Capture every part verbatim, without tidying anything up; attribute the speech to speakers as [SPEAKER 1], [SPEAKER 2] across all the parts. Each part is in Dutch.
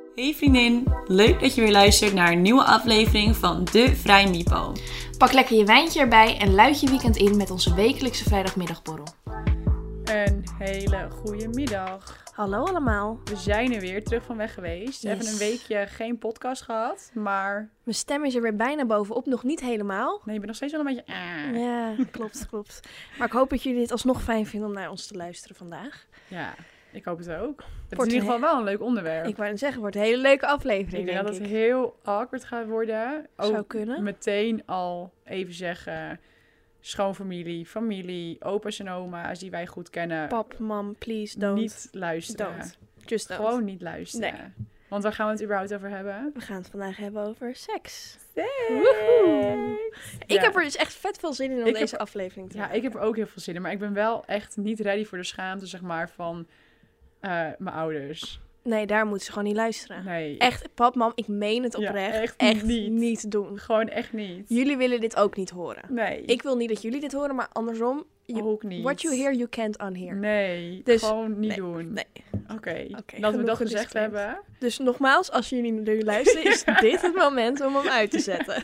[SPEAKER 1] Hey vriendin, leuk dat je weer luistert naar een nieuwe aflevering van De Vrij Mipo.
[SPEAKER 2] Pak lekker je wijntje erbij en luid je weekend in met onze wekelijkse vrijdagmiddagborrel.
[SPEAKER 3] Een hele goede middag.
[SPEAKER 2] Hallo allemaal.
[SPEAKER 3] We zijn er weer, terug van weg geweest.
[SPEAKER 2] Yes.
[SPEAKER 3] Even een weekje geen podcast gehad, maar...
[SPEAKER 2] Mijn stem is er weer bijna bovenop, nog niet helemaal.
[SPEAKER 3] Nee, ik ben nog steeds wel een beetje... Ah.
[SPEAKER 2] Ja, klopt, klopt. Maar ik hoop dat jullie het alsnog fijn vinden om naar ons te luisteren vandaag.
[SPEAKER 3] Ja, ik hoop het ook. Het
[SPEAKER 2] Wordt
[SPEAKER 3] is in ieder
[SPEAKER 2] een
[SPEAKER 3] geval wel een leuk onderwerp.
[SPEAKER 2] Ik wou net zeggen, het wordt een hele leuke
[SPEAKER 3] Ik
[SPEAKER 2] aflevering,
[SPEAKER 3] denk
[SPEAKER 2] denk
[SPEAKER 3] dat het
[SPEAKER 2] ik.
[SPEAKER 3] heel awkward gaat worden. Ook
[SPEAKER 2] Zou kunnen.
[SPEAKER 3] meteen al even zeggen... Schoonfamilie, familie, opa's en oma's die wij goed kennen.
[SPEAKER 2] Pap, mam, please don't.
[SPEAKER 3] Niet luisteren.
[SPEAKER 2] Don't. Just don't.
[SPEAKER 3] Gewoon niet luisteren.
[SPEAKER 2] Nee.
[SPEAKER 3] Want waar gaan we het überhaupt over hebben?
[SPEAKER 2] We gaan het vandaag hebben over seks.
[SPEAKER 3] Woehoe!
[SPEAKER 2] Ik
[SPEAKER 3] Ja.
[SPEAKER 2] heb er dus echt vet veel zin in om
[SPEAKER 3] Ik
[SPEAKER 2] deze
[SPEAKER 3] heb-
[SPEAKER 2] aflevering te
[SPEAKER 3] Ja,
[SPEAKER 2] maken.
[SPEAKER 3] ik heb er ook heel veel zin in. Maar ik ben wel echt niet ready voor de schaamte, zeg maar, van eh, mijn ouders.
[SPEAKER 2] Nee, daar moeten ze gewoon niet luisteren.
[SPEAKER 3] Nee.
[SPEAKER 2] Echt, pap, mam, ik meen het
[SPEAKER 3] Ja,
[SPEAKER 2] oprecht.
[SPEAKER 3] echt niet.
[SPEAKER 2] niet doen.
[SPEAKER 3] Gewoon echt niet.
[SPEAKER 2] Jullie willen dit ook niet horen.
[SPEAKER 3] Nee.
[SPEAKER 2] Ik wil niet dat jullie dit horen, maar andersom. You,
[SPEAKER 3] ook niet.
[SPEAKER 2] what you hear, you can't unhear.
[SPEAKER 3] Nee.
[SPEAKER 2] Dus-
[SPEAKER 3] gewoon niet
[SPEAKER 2] nee,
[SPEAKER 3] doen.
[SPEAKER 2] nee.
[SPEAKER 3] Oké.
[SPEAKER 2] Oké,
[SPEAKER 3] Dat we
[SPEAKER 2] genoeg
[SPEAKER 3] dat gezegd
[SPEAKER 2] gedisclaimed.
[SPEAKER 3] hebben.
[SPEAKER 2] Dus nogmaals, als jullie naar jullie luisteren, is dit het moment om hem uit te zetten.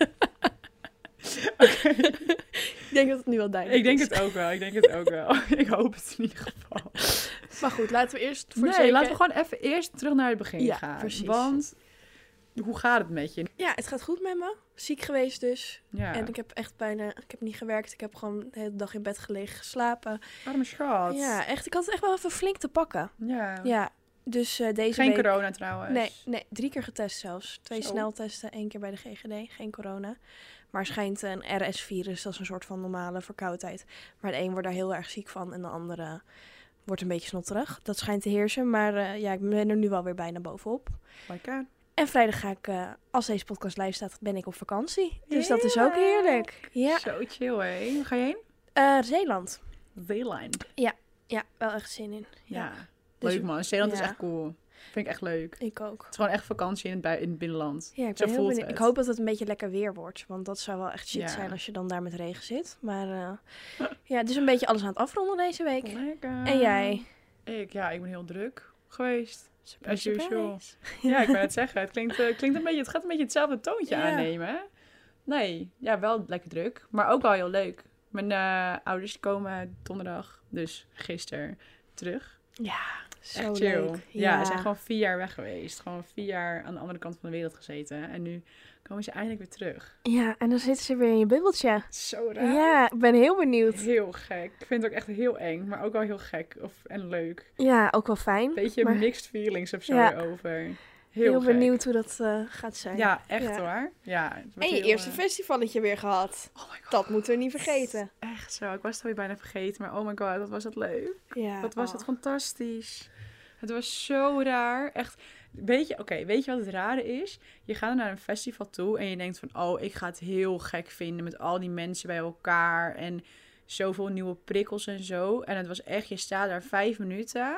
[SPEAKER 2] Ik denk dat het nu wel duidelijk
[SPEAKER 3] Ik denk
[SPEAKER 2] is.
[SPEAKER 3] het ook wel. Ik denk het ook wel. Ik hoop het in ieder geval.
[SPEAKER 2] Maar goed, laten we eerst voor
[SPEAKER 3] Nee,
[SPEAKER 2] zeker...
[SPEAKER 3] laten we gewoon even eerst terug naar het begin
[SPEAKER 2] Ja,
[SPEAKER 3] gaan.
[SPEAKER 2] precies.
[SPEAKER 3] Want, hoe gaat het met je?
[SPEAKER 2] Ja, het gaat goed met me. Ziek geweest dus.
[SPEAKER 3] Ja.
[SPEAKER 2] En ik heb echt bijna... Ik heb niet gewerkt. Ik heb gewoon de hele dag in bed gelegen, geslapen.
[SPEAKER 3] Arme schat.
[SPEAKER 2] Ja, echt. Ik had het echt wel even flink te pakken.
[SPEAKER 3] Ja.
[SPEAKER 2] Ja, dus eh, deze
[SPEAKER 3] Geen
[SPEAKER 2] week...
[SPEAKER 3] corona trouwens.
[SPEAKER 2] Nee, nee, drie keer getest zelfs. Twee
[SPEAKER 3] Zo.
[SPEAKER 2] sneltesten, één keer bij de G G D. Geen corona. Maar schijnt een R S-virus, dat is een soort van normale verkoudheid. Maar de een wordt daar heel erg ziek van en de andere wordt een beetje snotterig. Dat schijnt te heersen, maar eh, ja, ik ben er nu wel weer bijna bovenop.
[SPEAKER 3] Lekker.
[SPEAKER 2] En vrijdag ga ik, eh, als deze podcast live staat, ben ik op vakantie. Dus dat is ook heerlijk. Ja,
[SPEAKER 3] Zo chill, hé. Waar ga je heen?
[SPEAKER 2] Eh, Zeeland.
[SPEAKER 3] Zeeland.
[SPEAKER 2] Ja, wel echt zin in. Ja,
[SPEAKER 3] Ja.
[SPEAKER 2] Dus-
[SPEAKER 3] Leuk man. Zeeland is
[SPEAKER 2] ja.
[SPEAKER 3] echt cool. Vind ik echt leuk.
[SPEAKER 2] ik ook.
[SPEAKER 3] Het is gewoon echt vakantie in het, bui- in het binnenland.
[SPEAKER 2] Ja, ik
[SPEAKER 3] Zo
[SPEAKER 2] ben heel
[SPEAKER 3] voelt
[SPEAKER 2] benieuwd.
[SPEAKER 3] het.
[SPEAKER 2] Ik hoop dat het een beetje lekker weer wordt. Want dat zou wel echt shit
[SPEAKER 3] Ja.
[SPEAKER 2] zijn als je dan daar met regen zit. Maar eh, ja, het is een beetje alles aan het afronden deze week.
[SPEAKER 3] Lekker.
[SPEAKER 2] En jij?
[SPEAKER 3] Ik, ja, ik ben heel druk geweest.
[SPEAKER 2] Surprise,
[SPEAKER 3] As usual.
[SPEAKER 2] surprise.
[SPEAKER 3] Ja, ik kan het zeggen. Het klinkt, eh, klinkt een beetje, het gaat een beetje hetzelfde toontje
[SPEAKER 2] Ja.
[SPEAKER 3] aannemen. Hè? Nee, ja, wel lekker druk. Maar ook wel heel leuk. Mijn eh, ouders komen donderdag, dus gisteren, terug.
[SPEAKER 2] Ja, zo
[SPEAKER 3] Echt chill.
[SPEAKER 2] leuk.
[SPEAKER 3] Ja, ze zijn gewoon vier jaar weg geweest. Gewoon vier jaar aan de andere kant van de wereld gezeten. En nu komen ze eindelijk weer terug.
[SPEAKER 2] Ja, en dan zitten ze weer in je bubbeltje.
[SPEAKER 3] Zo raar.
[SPEAKER 2] Ja, ik ben heel benieuwd.
[SPEAKER 3] Heel gek. Ik vind het ook echt heel eng, maar ook wel heel gek of, en leuk.
[SPEAKER 2] Ja, ook wel fijn.
[SPEAKER 3] Beetje
[SPEAKER 2] maar
[SPEAKER 3] mixed feelings of zo
[SPEAKER 2] Ja.
[SPEAKER 3] erover. Heel,
[SPEAKER 2] heel
[SPEAKER 3] gek.
[SPEAKER 2] benieuwd hoe dat eh, gaat zijn.
[SPEAKER 3] Ja, echt
[SPEAKER 2] Ja.
[SPEAKER 3] hoor. Ja, het wordt
[SPEAKER 2] En je
[SPEAKER 3] heel,
[SPEAKER 2] eerste
[SPEAKER 3] eh,
[SPEAKER 2] festivalletje weer gehad.
[SPEAKER 3] Oh my god.
[SPEAKER 2] Dat moeten we niet vergeten.
[SPEAKER 3] Echt zo. Ik was het alweer bijna vergeten, maar oh my god, wat was dat leuk.
[SPEAKER 2] Ja,
[SPEAKER 3] Wat was
[SPEAKER 2] oh.
[SPEAKER 3] het fantastisch. Het was zo raar. Echt. Weet je, oké, weet je wat het rare is? Je gaat naar een festival toe en je denkt van, oh, ik ga het heel gek vinden met al die mensen bij elkaar en zoveel nieuwe prikkels en zo. En het was echt, je staat daar vijf minuten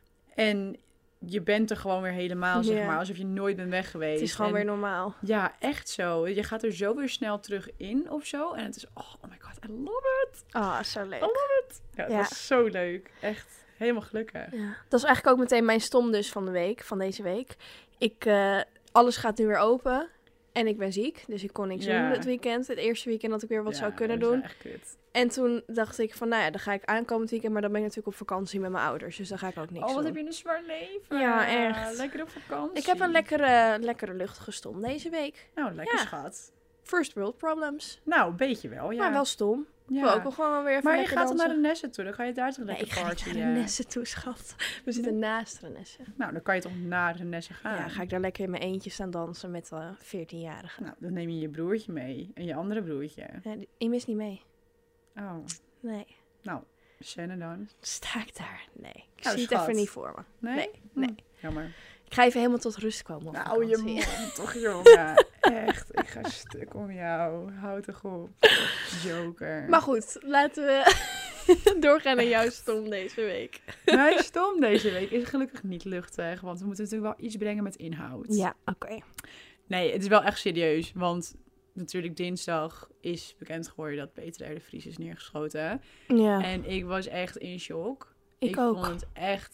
[SPEAKER 3] en je bent er gewoon weer helemaal, zeg
[SPEAKER 2] Ja.
[SPEAKER 3] maar, alsof je nooit bent weg geweest.
[SPEAKER 2] Het is gewoon
[SPEAKER 3] En
[SPEAKER 2] weer normaal.
[SPEAKER 3] ja, echt zo. Je gaat er zo weer snel terug in of zo. En het is, oh, oh my god, I love it.
[SPEAKER 2] Ah, zo leuk.
[SPEAKER 3] I love it. Ja, het
[SPEAKER 2] Ja.
[SPEAKER 3] was zo leuk. Echt helemaal gelukkig.
[SPEAKER 2] Ja. Dat is eigenlijk ook meteen mijn stom dus van de week, van deze week. Ik, eh, alles gaat nu weer open en ik ben ziek, dus ik kon niks
[SPEAKER 3] Ja.
[SPEAKER 2] doen het weekend. Het eerste weekend dat ik weer wat
[SPEAKER 3] Ja,
[SPEAKER 2] zou kunnen
[SPEAKER 3] dat is
[SPEAKER 2] doen.
[SPEAKER 3] echt kut.
[SPEAKER 2] En toen dacht ik van, nou ja, dan ga ik aankomend weekend, maar dan ben ik natuurlijk op vakantie met mijn ouders, dus dan ga ik ook niks
[SPEAKER 3] Oh, wat
[SPEAKER 2] doen.
[SPEAKER 3] heb je een zwaar leven.
[SPEAKER 2] Ja, echt.
[SPEAKER 3] Lekker op vakantie.
[SPEAKER 2] Ik heb een lekkere, lekkere luchtige stom deze week.
[SPEAKER 3] Nou, lekker
[SPEAKER 2] Ja.
[SPEAKER 3] schat.
[SPEAKER 2] First world problems,
[SPEAKER 3] Nou, een beetje wel, ja.
[SPEAKER 2] maar wel stom. Ik
[SPEAKER 3] ja.
[SPEAKER 2] wil ook wel gewoon weer even
[SPEAKER 3] Maar je
[SPEAKER 2] lekker
[SPEAKER 3] gaat dan
[SPEAKER 2] dansen.
[SPEAKER 3] naar de Nessen toe, dan ga je daar toch
[SPEAKER 2] Nee,
[SPEAKER 3] lekker
[SPEAKER 2] ik ga niet
[SPEAKER 3] partyen.
[SPEAKER 2] naar de Nessen toe, schat. We zitten naast de Nessen.
[SPEAKER 3] Nou, dan kan je toch naar de Nessen gaan.
[SPEAKER 2] Ja, ga ik daar lekker in mijn eentje staan dansen met uh, veertienjarigen.
[SPEAKER 3] Nou, dan neem je je broertje mee en je andere broertje.
[SPEAKER 2] Ja, die- ik mis niet mee.
[SPEAKER 3] Oh,
[SPEAKER 2] Nee.
[SPEAKER 3] nou, Shannon dan.
[SPEAKER 2] Sta ik daar? Nee. Ik
[SPEAKER 3] Oh,
[SPEAKER 2] zie het
[SPEAKER 3] schat.
[SPEAKER 2] even niet voor me.
[SPEAKER 3] Nee?
[SPEAKER 2] Nee,
[SPEAKER 3] Hm,
[SPEAKER 2] nee.
[SPEAKER 3] Jammer.
[SPEAKER 2] Ik ga even helemaal tot rust komen op
[SPEAKER 3] Nou, je
[SPEAKER 2] vakantie.
[SPEAKER 3] mond toch, jongen. Echt, ik ga stuk om jou. Houd toch op. Joker.
[SPEAKER 2] Maar goed, laten we doorgaan naar jouw stom deze week.
[SPEAKER 3] Mijn stom deze week is gelukkig niet luchtig, want we moeten natuurlijk wel iets brengen met inhoud.
[SPEAKER 2] Ja, oké.
[SPEAKER 3] Nee, het is wel echt serieus, want natuurlijk dinsdag is bekend geworden dat Peter R. de Vries is neergeschoten.
[SPEAKER 2] Ja,
[SPEAKER 3] En ik was echt in shock.
[SPEAKER 2] ik, ook.
[SPEAKER 3] vond het echt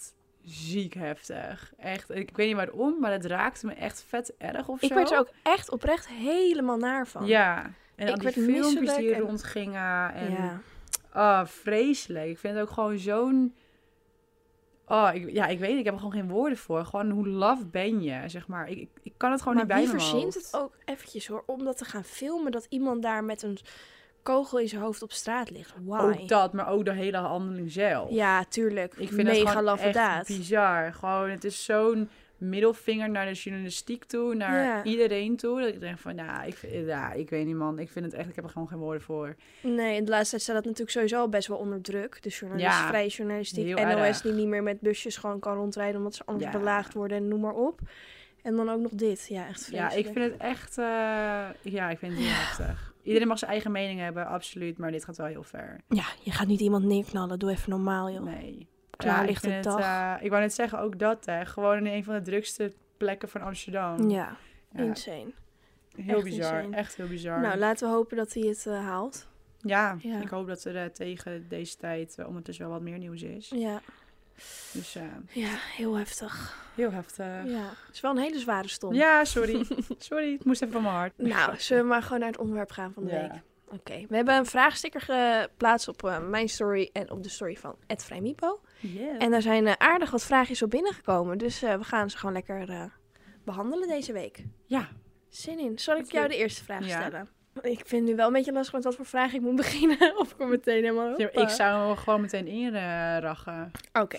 [SPEAKER 3] ziek heftig. Echt, ik weet niet waarom, maar het raakte me echt vet erg of
[SPEAKER 2] Ik
[SPEAKER 3] zo.
[SPEAKER 2] werd er ook echt oprecht helemaal naar van.
[SPEAKER 3] Ja, en
[SPEAKER 2] Ik
[SPEAKER 3] al die
[SPEAKER 2] werd
[SPEAKER 3] filmpjes
[SPEAKER 2] misselijk
[SPEAKER 3] die
[SPEAKER 2] en-
[SPEAKER 3] rondgingen. En
[SPEAKER 2] Ja.
[SPEAKER 3] oh, vreselijk. Ik vind het ook gewoon zo'n... Oh, ik, ja, ik weet het. Ik heb er gewoon geen woorden voor. Gewoon, hoe laf ben je, zeg maar. Ik, ik, ik kan het gewoon
[SPEAKER 2] Maar
[SPEAKER 3] niet bij
[SPEAKER 2] wie
[SPEAKER 3] me in mijn
[SPEAKER 2] verzint
[SPEAKER 3] hoofd.
[SPEAKER 2] het ook eventjes hoor, om dat te gaan filmen, dat iemand daar met een kogel in zijn hoofd op straat ligt? Why?
[SPEAKER 3] Ook dat, maar ook de hele handeling zelf.
[SPEAKER 2] Ja, tuurlijk.
[SPEAKER 3] Ik vind
[SPEAKER 2] Mega
[SPEAKER 3] het gewoon
[SPEAKER 2] laffe
[SPEAKER 3] echt
[SPEAKER 2] daad.
[SPEAKER 3] bizar. Gewoon, het is zo'n middelvinger naar de journalistiek toe, naar
[SPEAKER 2] Ja.
[SPEAKER 3] iedereen toe. Dat ik denk van, nou, ik, vind- ja, ik weet niet, man. Ik vind het echt, ik heb er gewoon geen woorden voor.
[SPEAKER 2] Nee, in de laatste tijd staat dat natuurlijk sowieso al best wel onder druk. De journalist,
[SPEAKER 3] Ja,
[SPEAKER 2] vrije journalistiek,
[SPEAKER 3] heel
[SPEAKER 2] N O S
[SPEAKER 3] erg.
[SPEAKER 2] die niet meer met busjes gewoon kan rondrijden omdat ze anders
[SPEAKER 3] Ja.
[SPEAKER 2] belaagd worden en noem maar op. En dan ook nog dit. Ja, echt
[SPEAKER 3] Ja,
[SPEAKER 2] vreselijk.
[SPEAKER 3] ik vind het echt, eh, ja, ik vind het heel heftig. Iedereen mag zijn eigen mening hebben, absoluut, maar dit gaat wel heel ver.
[SPEAKER 2] Ja, je gaat niet iemand neerknallen. Doe even normaal, joh.
[SPEAKER 3] Nee.
[SPEAKER 2] Klaar
[SPEAKER 3] ik
[SPEAKER 2] ligt
[SPEAKER 3] vind
[SPEAKER 2] de
[SPEAKER 3] het,
[SPEAKER 2] dag.
[SPEAKER 3] eh, ik wou net zeggen, ook dat, hè. Gewoon in een van de drukste plekken van Amsterdam.
[SPEAKER 2] Ja,
[SPEAKER 3] Ja,
[SPEAKER 2] insane.
[SPEAKER 3] heel
[SPEAKER 2] echt
[SPEAKER 3] bizar,
[SPEAKER 2] insane.
[SPEAKER 3] echt heel bizar.
[SPEAKER 2] Nou, laten we hopen dat hij het eh, haalt.
[SPEAKER 3] ja,
[SPEAKER 2] Ja.
[SPEAKER 3] ik hoop dat er eh, tegen deze tijd uh, ondertussen wel wat meer nieuws is.
[SPEAKER 2] Ja,
[SPEAKER 3] Dus eh,
[SPEAKER 2] ja heel heftig.
[SPEAKER 3] heel heftig.
[SPEAKER 2] Ja, het is wel een hele zware stom.
[SPEAKER 3] Ja, sorry. Sorry, het moest even van mijn hart.
[SPEAKER 2] Nou, zullen we maar gewoon naar het onderwerp gaan van de
[SPEAKER 3] Ja.
[SPEAKER 2] week? Oké, we hebben een vraagsticker geplaatst op eh, mijn story en op de story van @vrijmipo. Vrijmipo.
[SPEAKER 3] Yeah.
[SPEAKER 2] En daar zijn eh, aardig wat vraagjes op binnengekomen. Dus eh, we gaan ze gewoon lekker eh, behandelen deze week.
[SPEAKER 3] Ja,
[SPEAKER 2] Zin in. Zal ik
[SPEAKER 3] Wat
[SPEAKER 2] jou
[SPEAKER 3] leuk.
[SPEAKER 2] de eerste vraag
[SPEAKER 3] Ja.
[SPEAKER 2] stellen? Ik vind het nu wel een beetje lastig met wat voor vraag ik moet beginnen. Of ik er meteen helemaal...
[SPEAKER 3] Ja,
[SPEAKER 2] hoppa.
[SPEAKER 3] ik zou hem gewoon meteen inrachen.
[SPEAKER 2] Oké.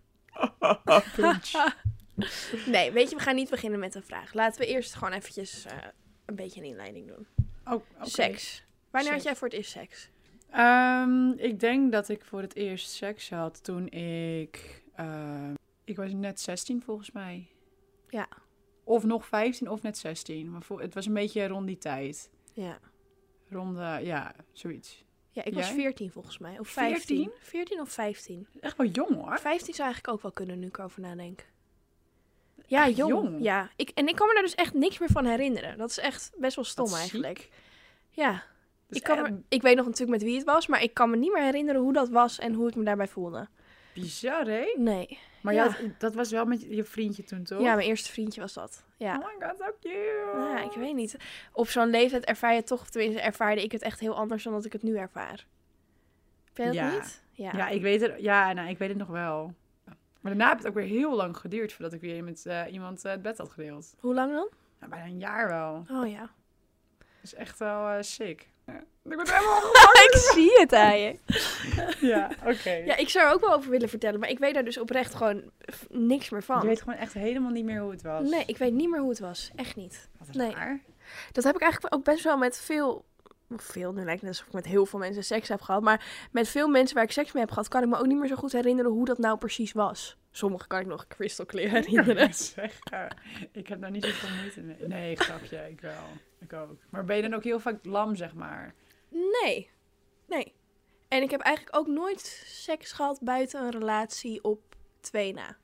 [SPEAKER 2] Nee, weet je, we gaan niet beginnen met een vraag. Laten we eerst gewoon eventjes eh, een beetje een inleiding doen.
[SPEAKER 3] Oh, oké.
[SPEAKER 2] Seks. Wanneer had
[SPEAKER 3] Seks.
[SPEAKER 2] jij voor het eerst seks?
[SPEAKER 3] Ehm, ik denk dat ik voor het eerst seks had toen ik... ehm, ik was net zestien volgens mij.
[SPEAKER 2] Ja.
[SPEAKER 3] Of nog vijftien of net zestien. Maar voor, het was een beetje rond die tijd.
[SPEAKER 2] Ja.
[SPEAKER 3] Rond, de- ja, zoiets.
[SPEAKER 2] Ja, ik was
[SPEAKER 3] Jij?
[SPEAKER 2] veertien volgens mij. Of vijftien.
[SPEAKER 3] veertien?
[SPEAKER 2] veertien of vijftien.
[SPEAKER 3] Echt wel jong hoor.
[SPEAKER 2] vijftien zou eigenlijk ook wel kunnen, nu ik erover nadenk. Ja,
[SPEAKER 3] Echt
[SPEAKER 2] jong.
[SPEAKER 3] jong?
[SPEAKER 2] Ja, ik, en ik kan me daar dus echt niks meer van herinneren. Dat is echt best wel stom
[SPEAKER 3] Wat
[SPEAKER 2] eigenlijk.
[SPEAKER 3] ziek.
[SPEAKER 2] Ja,
[SPEAKER 3] Dus
[SPEAKER 2] ik, kan
[SPEAKER 3] echt
[SPEAKER 2] me, ik weet nog natuurlijk met wie het was, maar ik kan me niet meer herinneren hoe dat was en hoe ik me daarbij voelde.
[SPEAKER 3] bizar, hè?
[SPEAKER 2] Nee.
[SPEAKER 3] Maar
[SPEAKER 2] Ja.
[SPEAKER 3] je had- dat was wel met je vriendje toen, toch?
[SPEAKER 2] Ja, mijn eerste vriendje was dat. Ja.
[SPEAKER 3] Oh my god, so cute.
[SPEAKER 2] Ja, ik weet niet. Op zo'n leeftijd ervaar je toch, of tenminste ervaarde ik het echt heel anders dan dat ik het nu ervaar. Heb jij dat
[SPEAKER 3] Ja.
[SPEAKER 2] niet? Ja.
[SPEAKER 3] Ja, ik weet het, ja nou, ik weet het nog wel. Maar daarna heeft het ook weer heel lang geduurd voordat ik weer met eh, iemand eh, het bed had gedeeld.
[SPEAKER 2] Hoe lang dan?
[SPEAKER 3] Nou, bijna een jaar wel.
[SPEAKER 2] Oh ja.
[SPEAKER 3] Dat is echt wel eh, sick. Ja. Ik ben helemaal
[SPEAKER 2] ik zie het aan je.
[SPEAKER 3] Ja, oké.
[SPEAKER 2] Ja, ik zou er ook wel over willen vertellen, maar ik weet daar dus oprecht gewoon f- niks meer van.
[SPEAKER 3] Je weet gewoon echt helemaal niet meer hoe het was.
[SPEAKER 2] Nee, ik weet niet meer hoe het was. Echt niet.
[SPEAKER 3] Wat
[SPEAKER 2] nee.
[SPEAKER 3] raar.
[SPEAKER 2] Dat heb ik eigenlijk ook best wel met veel... Veel, nu lijkt het alsof ik met heel veel mensen seks heb gehad. Maar met veel mensen waar ik seks mee heb gehad, kan ik me ook niet meer zo goed herinneren hoe dat nou precies was. Sommige kan ik nog crystal clear herinneren.
[SPEAKER 3] Zeg, ja. Ik heb daar niet zoveel moeite mee. Nee, grapje, ik wel. Ik ook. Maar ben je dan ook heel vaak lam, zeg maar?
[SPEAKER 2] Nee. Nee. En ik heb eigenlijk ook nooit seks gehad buiten een relatie op twee na.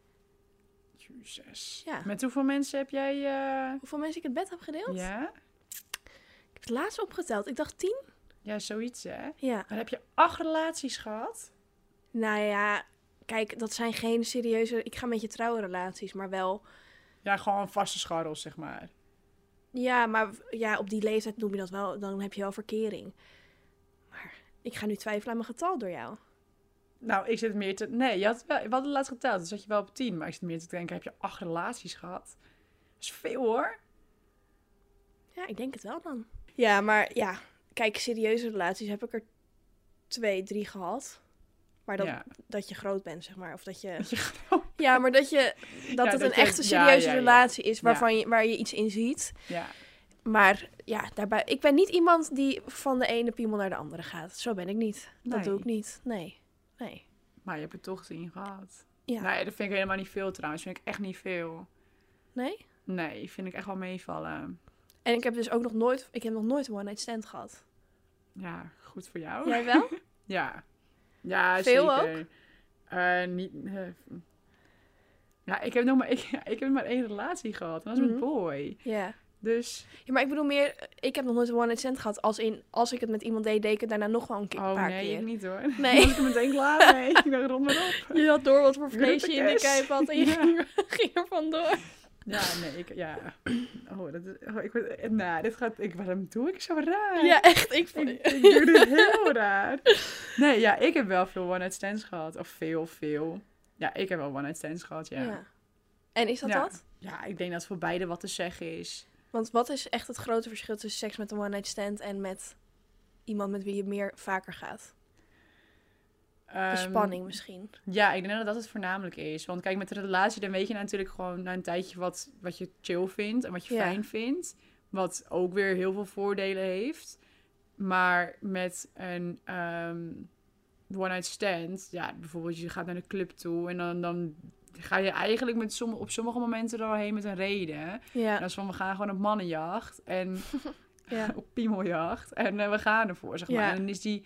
[SPEAKER 3] Jezus.
[SPEAKER 2] Ja.
[SPEAKER 3] Met hoeveel mensen heb jij... eh,
[SPEAKER 2] Hoeveel mensen ik het bed heb gedeeld?
[SPEAKER 3] Ja?
[SPEAKER 2] Ik heb het laatst opgeteld. Ik dacht tien?
[SPEAKER 3] Ja, zoiets, hè?
[SPEAKER 2] Ja.
[SPEAKER 3] Dan heb je acht relaties gehad?
[SPEAKER 2] Nou ja, kijk, dat zijn geen serieuze... Ik ga met je trouwen relaties, maar wel...
[SPEAKER 3] Ja, gewoon vaste scharrels, zeg maar.
[SPEAKER 2] Ja, maar ja, op die leeftijd noem je dat wel... Dan heb je wel verkering. Maar ik ga nu twijfelen aan mijn getal door jou.
[SPEAKER 3] Nou, ik zit meer te... Nee, je had wel... We hadden laatst geteld, dus zat je wel op tien. Maar ik zit meer te denken, heb je acht relaties gehad? Dat is veel, hoor.
[SPEAKER 2] Ja, ik denk het wel dan. Ja, maar ja, kijk, serieuze relaties heb ik er twee, drie gehad. Maar dat,
[SPEAKER 3] Ja.
[SPEAKER 2] dat je groot bent, zeg maar. Of dat je...
[SPEAKER 3] Dat je gewoon...
[SPEAKER 2] Ja, maar dat, je, dat
[SPEAKER 3] Ja,
[SPEAKER 2] het
[SPEAKER 3] dat
[SPEAKER 2] een
[SPEAKER 3] je-
[SPEAKER 2] echte
[SPEAKER 3] ja,
[SPEAKER 2] serieuze
[SPEAKER 3] ja, ja.
[SPEAKER 2] relatie is waarvan je, waar je iets in ziet.
[SPEAKER 3] Ja.
[SPEAKER 2] Maar ja, daarbij, ik ben niet iemand die van de ene piemel naar de andere gaat. Zo ben ik niet. Dat
[SPEAKER 3] Nee.
[SPEAKER 2] doe ik niet. Nee. Nee.
[SPEAKER 3] Maar je hebt het toch tien gehad.
[SPEAKER 2] Ja.
[SPEAKER 3] Nee, dat vind ik helemaal niet veel trouwens. Vind ik echt niet veel.
[SPEAKER 2] Nee?
[SPEAKER 3] Nee, vind ik echt wel meevallen.
[SPEAKER 2] En ik heb dus ook nog nooit, ik heb nog nooit een one-night stand gehad.
[SPEAKER 3] Ja, goed voor jou.
[SPEAKER 2] Jij wel?
[SPEAKER 3] Ja. Ja,
[SPEAKER 2] Veel
[SPEAKER 3] zeker. Eh, niet... eh, ja, ik heb nog maar, ik, ik heb maar één relatie gehad. En dat was
[SPEAKER 2] Mhm.
[SPEAKER 3] met Boy.
[SPEAKER 2] Ja.
[SPEAKER 3] Dus,
[SPEAKER 2] Ja, maar ik bedoel meer, ik heb nog nooit een one-night stand gehad. Als in, als ik het met iemand deed, deed ik het daarna nog wel een keer,
[SPEAKER 3] oh
[SPEAKER 2] paar
[SPEAKER 3] nee,
[SPEAKER 2] keer.
[SPEAKER 3] ik niet hoor.
[SPEAKER 2] Nee.
[SPEAKER 3] Dan was ik er meteen klaar mee. Ik dacht, rond maar op.
[SPEAKER 2] Je had door wat voor vlees je in de
[SPEAKER 3] Groetekes.
[SPEAKER 2] kuip had en je
[SPEAKER 3] Ja.
[SPEAKER 2] ging, er, ging er vandoor.
[SPEAKER 3] Ja, nee, ik, ja. Oh, dat is, oh, ik, word- nou, dit gaat, ik, waarom doe ik zo raar?
[SPEAKER 2] Ja, echt. Ik,
[SPEAKER 3] Ik, ik doe dit heel raar. Nee, ja, ik heb wel veel one-night stands gehad. Of veel, veel. Ja, ik heb wel one-night stands gehad, ja.
[SPEAKER 2] ja.
[SPEAKER 3] Ja.
[SPEAKER 2] En is dat
[SPEAKER 3] Ja.
[SPEAKER 2] dat?
[SPEAKER 3] Ja, ik denk dat voor beide wat te zeggen is.
[SPEAKER 2] Want wat is echt het grote verschil tussen seks met een one-night stand en met iemand met wie je meer vaker gaat? De
[SPEAKER 3] Ehm,
[SPEAKER 2] spanning misschien.
[SPEAKER 3] Ja, ik denk dat dat het voornamelijk is. Want kijk, met een relatie, dan weet je natuurlijk gewoon na een tijdje wat, wat je chill vindt en wat je
[SPEAKER 2] Ja.
[SPEAKER 3] fijn vindt. Wat ook weer heel veel voordelen heeft. Maar met een ehm, one-night stand, ja, bijvoorbeeld je gaat naar de club toe en dan, dan ga je eigenlijk met somm- op sommige momenten er al heen met een reden.
[SPEAKER 2] Ja.
[SPEAKER 3] En dat is van, we gaan gewoon op mannenjacht en
[SPEAKER 2] Ja.
[SPEAKER 3] op piemeljacht en eh, we gaan ervoor, zeg maar.
[SPEAKER 2] Ja.
[SPEAKER 3] En dan is die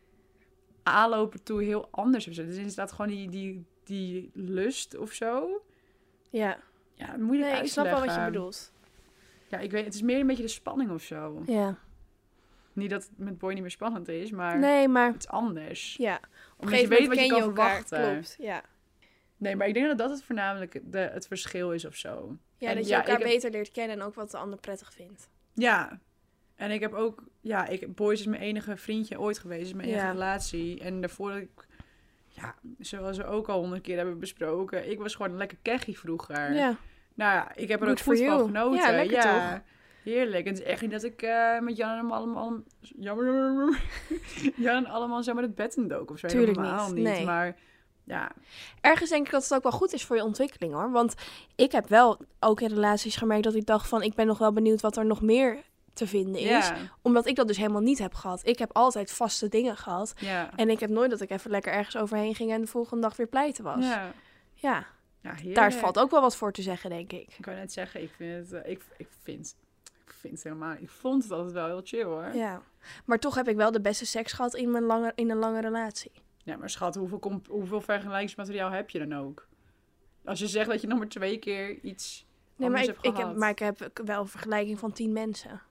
[SPEAKER 3] aanloop ertoe heel anders of zo. Dus is dat gewoon die, die, die lust of zo.
[SPEAKER 2] Ja.
[SPEAKER 3] Ja, moeilijk
[SPEAKER 2] Nee, ik snap wel wat je
[SPEAKER 3] uitleggen.
[SPEAKER 2] bedoelt.
[SPEAKER 3] Ja, ik weet, het is meer een beetje de spanning of zo.
[SPEAKER 2] Ja.
[SPEAKER 3] Niet dat het met Boy niet meer spannend is, maar
[SPEAKER 2] Nee, maar
[SPEAKER 3] het is anders.
[SPEAKER 2] ja. Op een
[SPEAKER 3] Omdat je
[SPEAKER 2] gegeven
[SPEAKER 3] weet
[SPEAKER 2] moment
[SPEAKER 3] wat je
[SPEAKER 2] ken
[SPEAKER 3] kan
[SPEAKER 2] je elkaar.
[SPEAKER 3] verwachten.
[SPEAKER 2] Klopt, ja.
[SPEAKER 3] Nee, maar ik denk dat dat het voornamelijk de, het verschil is of zo.
[SPEAKER 2] Ja,
[SPEAKER 3] En
[SPEAKER 2] dat je
[SPEAKER 3] ja,
[SPEAKER 2] elkaar
[SPEAKER 3] ik heb-
[SPEAKER 2] beter leert kennen en ook wat de ander prettig vindt.
[SPEAKER 3] Ja. En ik heb ook... Ja, ik, Boys is mijn enige vriendje ooit geweest. Is mijn enige
[SPEAKER 2] Ja.
[SPEAKER 3] relatie. En daarvoor... Ik, ja, zoals we ook al honderd keer hebben besproken. Ik was gewoon een lekker keggie vroeger.
[SPEAKER 2] Ja.
[SPEAKER 3] Nou ja, ik heb er
[SPEAKER 2] Good
[SPEAKER 3] ook goed
[SPEAKER 2] for
[SPEAKER 3] van
[SPEAKER 2] you.
[SPEAKER 3] genoten.
[SPEAKER 2] Ja, lekker
[SPEAKER 3] ja. Heerlijk. En het is echt niet dat ik eh, met Jan en allemaal... allemaal jammer. Jan en allemaal zo met het bed in dook of zo.
[SPEAKER 2] Tuurlijk
[SPEAKER 3] Helemaal
[SPEAKER 2] niet,
[SPEAKER 3] niet.
[SPEAKER 2] nee.
[SPEAKER 3] Maar ja...
[SPEAKER 2] Ergens denk ik dat het ook wel goed is voor je ontwikkeling, hoor. Want ik heb wel ook in relaties gemerkt dat ik dacht van... ik ben nog wel benieuwd wat er nog meer te vinden is.
[SPEAKER 3] Ja,
[SPEAKER 2] Omdat ik dat dus helemaal niet heb gehad. Ik heb altijd vaste dingen gehad.
[SPEAKER 3] ja.
[SPEAKER 2] En ik heb nooit dat ik even lekker ergens overheen ging... en de volgende dag weer pleiten was. Ja,
[SPEAKER 3] Ja, ja heerlijk.
[SPEAKER 2] daar valt ook wel wat voor te zeggen, denk ik.
[SPEAKER 3] Ik kan net zeggen, ik vind het... eh, ik, ik vind... Ik vind het helemaal... Ik vond het altijd wel heel chill, hoor.
[SPEAKER 2] Ja. Maar toch heb ik wel de beste seks gehad in, mijn lange, in een lange relatie.
[SPEAKER 3] Ja, maar schat, hoeveel, comp- hoeveel vergelijkingsmateriaal heb je dan ook? Als je zegt dat je nog maar twee keer iets
[SPEAKER 2] Nee, maar
[SPEAKER 3] anders
[SPEAKER 2] ik,
[SPEAKER 3] hebt
[SPEAKER 2] ik
[SPEAKER 3] gehad.
[SPEAKER 2] heb, maar ik heb wel een vergelijking van tien mensen.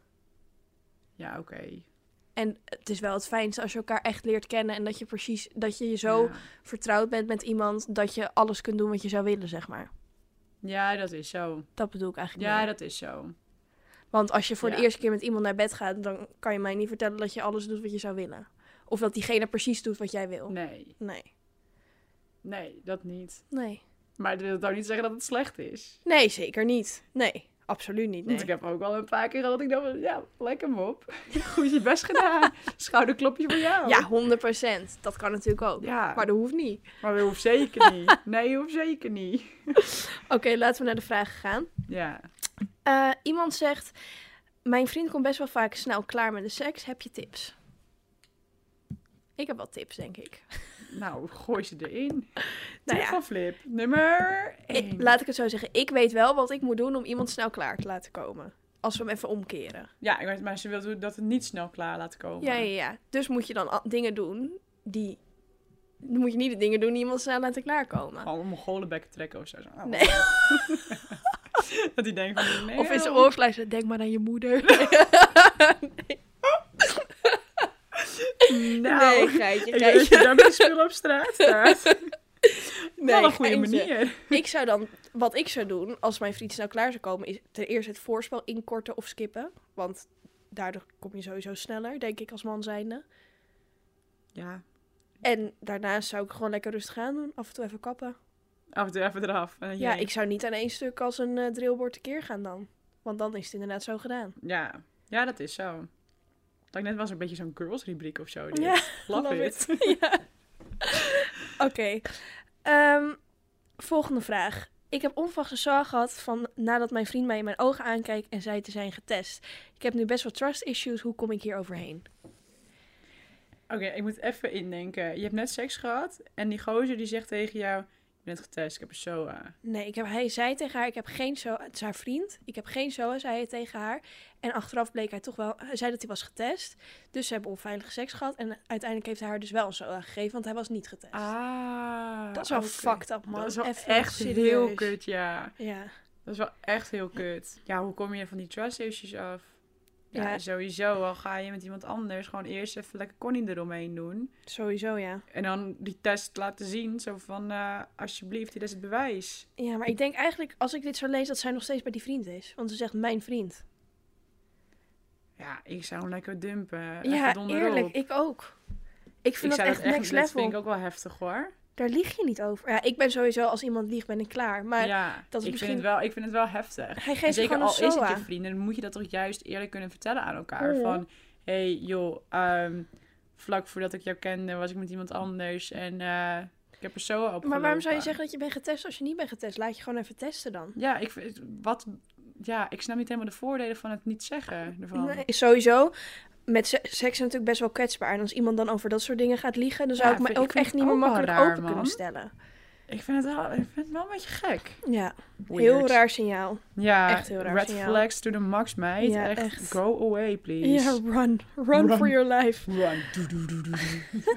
[SPEAKER 3] Ja, oké.
[SPEAKER 2] En het is wel het fijnste als je elkaar echt leert kennen... en dat je precies, dat je je zo
[SPEAKER 3] Ja.
[SPEAKER 2] vertrouwd bent met iemand... dat je alles kunt doen wat je zou willen, zeg maar.
[SPEAKER 3] Ja, dat is zo.
[SPEAKER 2] Dat bedoel ik eigenlijk
[SPEAKER 3] Ja,
[SPEAKER 2] meer.
[SPEAKER 3] dat is zo.
[SPEAKER 2] Want als je voor
[SPEAKER 3] Ja.
[SPEAKER 2] de eerste keer met iemand naar bed gaat... dan kan je mij niet vertellen dat je alles doet wat je zou willen. Of dat diegene precies doet wat jij wil.
[SPEAKER 3] Nee,
[SPEAKER 2] Nee.
[SPEAKER 3] nee, dat niet.
[SPEAKER 2] Nee.
[SPEAKER 3] Maar dat wil ook niet zeggen dat het slecht is.
[SPEAKER 2] Nee, zeker niet. Nee, absoluut niet.
[SPEAKER 3] Want
[SPEAKER 2] Nee.
[SPEAKER 3] ik heb ook wel een paar keer gehad dat ik dacht, van, ja, lekker mop. Goed je best gedaan. Schouderklopje voor jou.
[SPEAKER 2] Ja, honderd procent. Dat kan natuurlijk ook.
[SPEAKER 3] Ja,
[SPEAKER 2] Maar dat hoeft niet.
[SPEAKER 3] maar dat hoeft zeker niet. Nee, hoeft zeker niet.
[SPEAKER 2] Oké, laten we naar de vragen gaan.
[SPEAKER 3] Ja.
[SPEAKER 2] Eh, iemand zegt... Mijn vriend komt best wel vaak snel klaar met de seks. Heb je tips? Ik heb wel tips, denk ik.
[SPEAKER 3] Nou, gooi ze erin.
[SPEAKER 2] Nou
[SPEAKER 3] Tip
[SPEAKER 2] ja.
[SPEAKER 3] van Flip. Nummer
[SPEAKER 2] Ik-
[SPEAKER 3] één.
[SPEAKER 2] laat ik het zo zeggen. Ik weet wel wat ik moet doen om iemand snel klaar te laten komen. Als we hem even omkeren.
[SPEAKER 3] Ja, ik weet, maar ze wil dat het niet snel klaar laten komen.
[SPEAKER 2] Ja, ja, ja. Dus moet je dan a- dingen doen die... Dan moet je niet de dingen doen die iemand snel laten klaarkomen.
[SPEAKER 3] Gewoon een mongolenbekken trekken of zo. Zo, oh,
[SPEAKER 2] Nee.
[SPEAKER 3] Dat hij denkt van, nee.
[SPEAKER 2] Of in zijn
[SPEAKER 3] joh.
[SPEAKER 2] oor fluisteren, denk maar aan je moeder.
[SPEAKER 3] Nou,
[SPEAKER 2] Nee, geitje,
[SPEAKER 3] ik weet dat je
[SPEAKER 2] geitje.
[SPEAKER 3] daarmee spullen op straat staat. Wel een goede
[SPEAKER 2] geintje.
[SPEAKER 3] manier.
[SPEAKER 2] Ik zou dan, wat ik zou doen als mijn vriend snel klaar zou komen, is ten eerste het voorspel inkorten of skippen. Want daardoor kom je sowieso sneller, denk ik, als man zijnde.
[SPEAKER 3] Ja,
[SPEAKER 2] En daarnaast zou ik gewoon lekker rustig aan doen. Af en toe even kappen.
[SPEAKER 3] af en toe even eraf. En dan
[SPEAKER 2] Ja,
[SPEAKER 3] jij.
[SPEAKER 2] ik zou niet aan één stuk als een uh, drillbord tekeer gaan dan. Want dan is het inderdaad zo gedaan.
[SPEAKER 3] Ja. ja, dat is zo. Dat net was een beetje zo'n girls rubriek of zo. Dit.
[SPEAKER 2] Ja,
[SPEAKER 3] Love,
[SPEAKER 2] love
[SPEAKER 3] it.
[SPEAKER 2] Ja. Oké. Ehm, volgende vraag. Ik heb onverwachte zorg gehad van nadat mijn vriend mij in mijn ogen aankijkt en zei te zijn getest. Ik heb nu best wel trust issues. Hoe kom ik hier overheen?
[SPEAKER 3] Oké, ik moet even indenken. Je hebt net seks gehad en die gozer die zegt tegen jou, je bent getest, ik heb een S O A.
[SPEAKER 2] Nee, ik heb, hij zei tegen haar, ik heb geen S O A. Het is haar vriend. Ik heb geen S O A, zei hij tegen haar. En achteraf bleek hij toch wel, hij zei dat hij was getest. Dus ze hebben onveilige seks gehad. En uiteindelijk heeft hij haar dus wel een S O A gegeven, want hij was niet getest.
[SPEAKER 3] Ah,
[SPEAKER 2] dat is wel
[SPEAKER 3] oké.
[SPEAKER 2] fucked up, man.
[SPEAKER 3] Dat is wel
[SPEAKER 2] Even
[SPEAKER 3] echt
[SPEAKER 2] serieus.
[SPEAKER 3] heel kut, ja.
[SPEAKER 2] Ja.
[SPEAKER 3] Dat is wel echt heel kut. Ja, hoe kom je van die trust issues af? Ja,
[SPEAKER 2] Ja.
[SPEAKER 3] sowieso. Al ga je met iemand anders gewoon eerst even lekker Connie eromheen doen.
[SPEAKER 2] Sowieso, ja.
[SPEAKER 3] En dan die test laten zien. Zo van, uh, alsjeblieft, dit is het bewijs.
[SPEAKER 2] Ja, maar ik denk eigenlijk, als ik dit zo lees, dat zij nog steeds bij die vriend is. Want ze zegt, mijn vriend.
[SPEAKER 3] Ja, ik zou hem lekker dumpen.
[SPEAKER 2] Ja,
[SPEAKER 3] Even donderop.
[SPEAKER 2] eerlijk, ik ook. Ik vind
[SPEAKER 3] ik
[SPEAKER 2] dat
[SPEAKER 3] zou
[SPEAKER 2] echt next
[SPEAKER 3] Dat
[SPEAKER 2] level.
[SPEAKER 3] vind ik ook wel heftig, hoor.
[SPEAKER 2] Daar lieg je niet over. Ja, ik ben sowieso, als iemand liegt, ben ik klaar. Maar
[SPEAKER 3] ja,
[SPEAKER 2] dat is
[SPEAKER 3] ik,
[SPEAKER 2] misschien-
[SPEAKER 3] vind het wel, ik vind het wel heftig.
[SPEAKER 2] hij
[SPEAKER 3] En
[SPEAKER 2] geeft je
[SPEAKER 3] zeker
[SPEAKER 2] gewoon
[SPEAKER 3] al
[SPEAKER 2] een
[SPEAKER 3] is het
[SPEAKER 2] S O
[SPEAKER 3] je
[SPEAKER 2] A.
[SPEAKER 3] vriend, dan moet je dat toch juist eerlijk kunnen vertellen aan elkaar.
[SPEAKER 2] Ja.
[SPEAKER 3] Van, hé hey, joh, um, vlak voordat ik jou kende was ik met iemand anders en uh, ik heb er zo op
[SPEAKER 2] Maar waarom zou je zeggen dat je bent getest als je niet bent getest? Laat je gewoon even testen dan.
[SPEAKER 3] Ja, ik, vind- wat, ja, ik snap niet helemaal de voordelen van het niet zeggen ervan.
[SPEAKER 2] Nee, sowieso, met se- seks is natuurlijk best wel kwetsbaar. En als iemand dan over dat soort dingen gaat liegen, dan zou
[SPEAKER 3] Ja,
[SPEAKER 2] ik me
[SPEAKER 3] vind- ik
[SPEAKER 2] ook
[SPEAKER 3] vind
[SPEAKER 2] echt
[SPEAKER 3] het
[SPEAKER 2] niet meer
[SPEAKER 3] ook wel
[SPEAKER 2] makkelijk
[SPEAKER 3] raar,
[SPEAKER 2] open
[SPEAKER 3] man.
[SPEAKER 2] kunnen stellen.
[SPEAKER 3] Ik vind het wel, ik vind het wel een beetje gek.
[SPEAKER 2] Ja,
[SPEAKER 3] Weird.
[SPEAKER 2] heel raar signaal.
[SPEAKER 3] Ja,
[SPEAKER 2] Echt heel raar
[SPEAKER 3] red
[SPEAKER 2] signaal.
[SPEAKER 3] flags to the max, meid.
[SPEAKER 2] Ja,
[SPEAKER 3] echt,
[SPEAKER 2] echt.
[SPEAKER 3] go away, please.
[SPEAKER 2] Ja, run. Run,
[SPEAKER 3] Run.
[SPEAKER 2] for your life.
[SPEAKER 3] Run. Doe, doe, doe, doe, doe.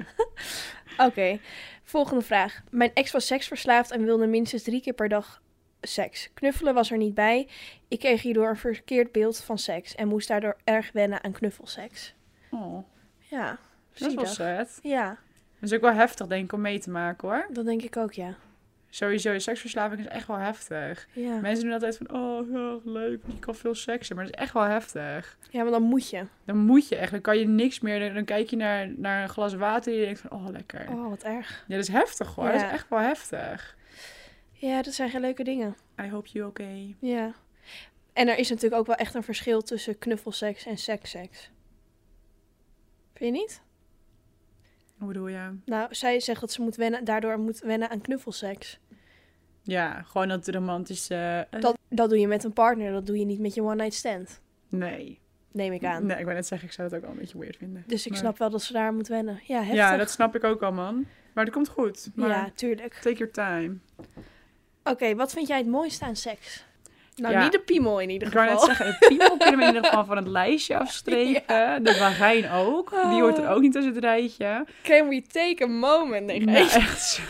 [SPEAKER 2] Oké, volgende vraag. Mijn ex was seksverslaafd en wilde minstens drie keer per dag seks. Knuffelen was er niet bij. Ik kreeg hierdoor een verkeerd beeld van seks en moest daardoor erg wennen aan knuffelseks.
[SPEAKER 3] Oh,
[SPEAKER 2] Ja,
[SPEAKER 3] dat is wel
[SPEAKER 2] zielig.
[SPEAKER 3] sad.
[SPEAKER 2] Ja,
[SPEAKER 3] Dat is ook wel heftig, denk ik, om mee te maken, hoor.
[SPEAKER 2] dat denk ik ook, ja.
[SPEAKER 3] Sowieso, seksverslaving is echt wel heftig.
[SPEAKER 2] Ja,
[SPEAKER 3] Mensen doen altijd van, oh, ja, leuk, je kan veel seksen. Maar dat is echt wel heftig.
[SPEAKER 2] ja, maar dan moet je.
[SPEAKER 3] Dan moet je echt, dan kan je niks meer. Dan, dan kijk je naar, naar een glas water en je denkt van, oh, lekker.
[SPEAKER 2] Oh, wat erg.
[SPEAKER 3] Ja, dat is heftig, hoor.
[SPEAKER 2] Ja.
[SPEAKER 3] Dat is echt wel heftig.
[SPEAKER 2] Ja, dat zijn geen leuke dingen.
[SPEAKER 3] I hope you okay.
[SPEAKER 2] Ja. En er is natuurlijk ook wel echt een verschil tussen knuffelseks en seksseks. Vind je niet?
[SPEAKER 3] Hoe bedoel je?
[SPEAKER 2] Nou, zij zegt dat ze moet wennen, daardoor moet wennen aan knuffelseks.
[SPEAKER 3] Ja, gewoon dat romantische... uh,
[SPEAKER 2] Dat, dat doe je met een partner, dat doe je niet met je one-night stand.
[SPEAKER 3] Nee.
[SPEAKER 2] Neem ik aan.
[SPEAKER 3] Nee, ik wou net zeggen, ik zou het ook wel een beetje weird vinden.
[SPEAKER 2] Dus ik
[SPEAKER 3] Maar-
[SPEAKER 2] snap wel dat ze daar moet wennen. Ja, heftig.
[SPEAKER 3] Ja, dat snap ik ook al, man. Maar dat komt goed. Maar
[SPEAKER 2] Ja, tuurlijk.
[SPEAKER 3] take your time.
[SPEAKER 2] Oké, wat vind jij het mooiste aan seks? Nou,
[SPEAKER 3] Ja.
[SPEAKER 2] niet de piemel in ieder
[SPEAKER 3] Ik wou
[SPEAKER 2] geval.
[SPEAKER 3] net zeggen, de piemel kunnen we in ieder geval van het lijstje afstrepen. De vagijn ook. Die hoort er ook niet tussen het rijtje.
[SPEAKER 2] Can we take a moment? Nee,
[SPEAKER 3] Nee,
[SPEAKER 2] nee.
[SPEAKER 3] echt zo.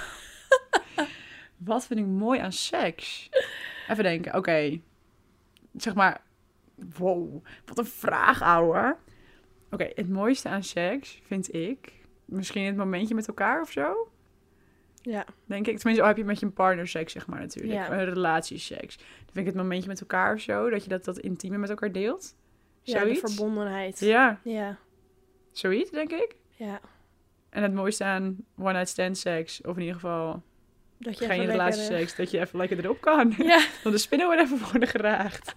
[SPEAKER 3] Wat vind ik mooi aan seks? Even denken, oké. Zeg maar, wow, wat een vraag, ouwe. Oké, het mooiste aan seks vind ik misschien het momentje met elkaar of zo.
[SPEAKER 2] Ja,
[SPEAKER 3] Denk ik. Tenminste, al heb je met je partner seks, zeg maar, natuurlijk.
[SPEAKER 2] Ja.
[SPEAKER 3] Een relatieseks. Dan vind ik het momentje met elkaar of zo, dat je dat, dat intieme met elkaar deelt.
[SPEAKER 2] ja de
[SPEAKER 3] Zoiets.
[SPEAKER 2] verbondenheid.
[SPEAKER 3] Ja,
[SPEAKER 2] Ja,
[SPEAKER 3] zoiets, denk ik.
[SPEAKER 2] ja.
[SPEAKER 3] En het mooiste aan one-night stand seks, of in ieder geval
[SPEAKER 2] Dat je
[SPEAKER 3] geen
[SPEAKER 2] even lekker,
[SPEAKER 3] relatieseks, dat je even lekker erop kan.
[SPEAKER 2] eh, Ja,
[SPEAKER 3] Want de spinnen worden even worden geraakt.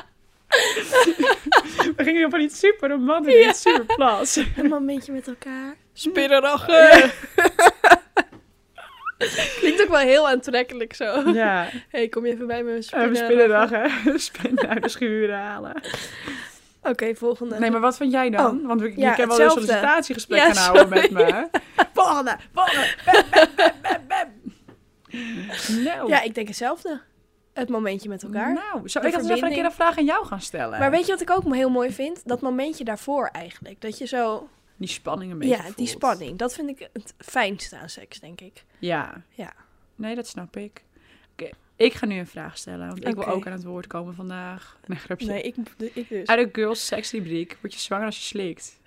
[SPEAKER 3] We gingen van iets super romantisch,
[SPEAKER 2] Ja.
[SPEAKER 3] iets super plas.
[SPEAKER 2] een momentje met elkaar. Spinnenrachen. Klinkt ook wel heel aantrekkelijk zo.
[SPEAKER 3] Ja,
[SPEAKER 2] hey, kom je even bij me
[SPEAKER 3] even
[SPEAKER 2] spinnenrachen?
[SPEAKER 3] spinnendag, hè. Spinnen uit de schuur halen.
[SPEAKER 2] Oké, volgende.
[SPEAKER 3] Nee, maar wat vind jij dan?
[SPEAKER 2] Oh,
[SPEAKER 3] Want we,
[SPEAKER 2] ja,
[SPEAKER 3] je kan wel een
[SPEAKER 2] hetzelfde.
[SPEAKER 3] sollicitatiegesprek
[SPEAKER 2] Ja,
[SPEAKER 3] gaan houden met
[SPEAKER 2] sorry.
[SPEAKER 3] me. Volgende, volgende. Bam, bam, bam, bam, bam. Nou,
[SPEAKER 2] Ja, ik denk hetzelfde. Het momentje met elkaar.
[SPEAKER 3] nou, zou
[SPEAKER 2] De
[SPEAKER 3] ik dat eens even een
[SPEAKER 2] verbinding.
[SPEAKER 3] keer een vraag aan jou gaan stellen?
[SPEAKER 2] Maar weet je wat ik ook heel mooi vind? Dat momentje daarvoor eigenlijk. Dat je zo...
[SPEAKER 3] Die spanning een beetje
[SPEAKER 2] Ja, die
[SPEAKER 3] voelt.
[SPEAKER 2] spanning. Dat vind ik het fijnste aan seks, denk ik.
[SPEAKER 3] Ja.
[SPEAKER 2] Ja.
[SPEAKER 3] Nee, dat snap ik. Oké, ik ga nu een vraag stellen, want ik
[SPEAKER 2] Oké.
[SPEAKER 3] wil ook aan het woord komen vandaag. Nee, grapje.
[SPEAKER 2] Nee, ik, ik dus.
[SPEAKER 3] Uit de Girls Sex rubriek word je zwanger als je slikt.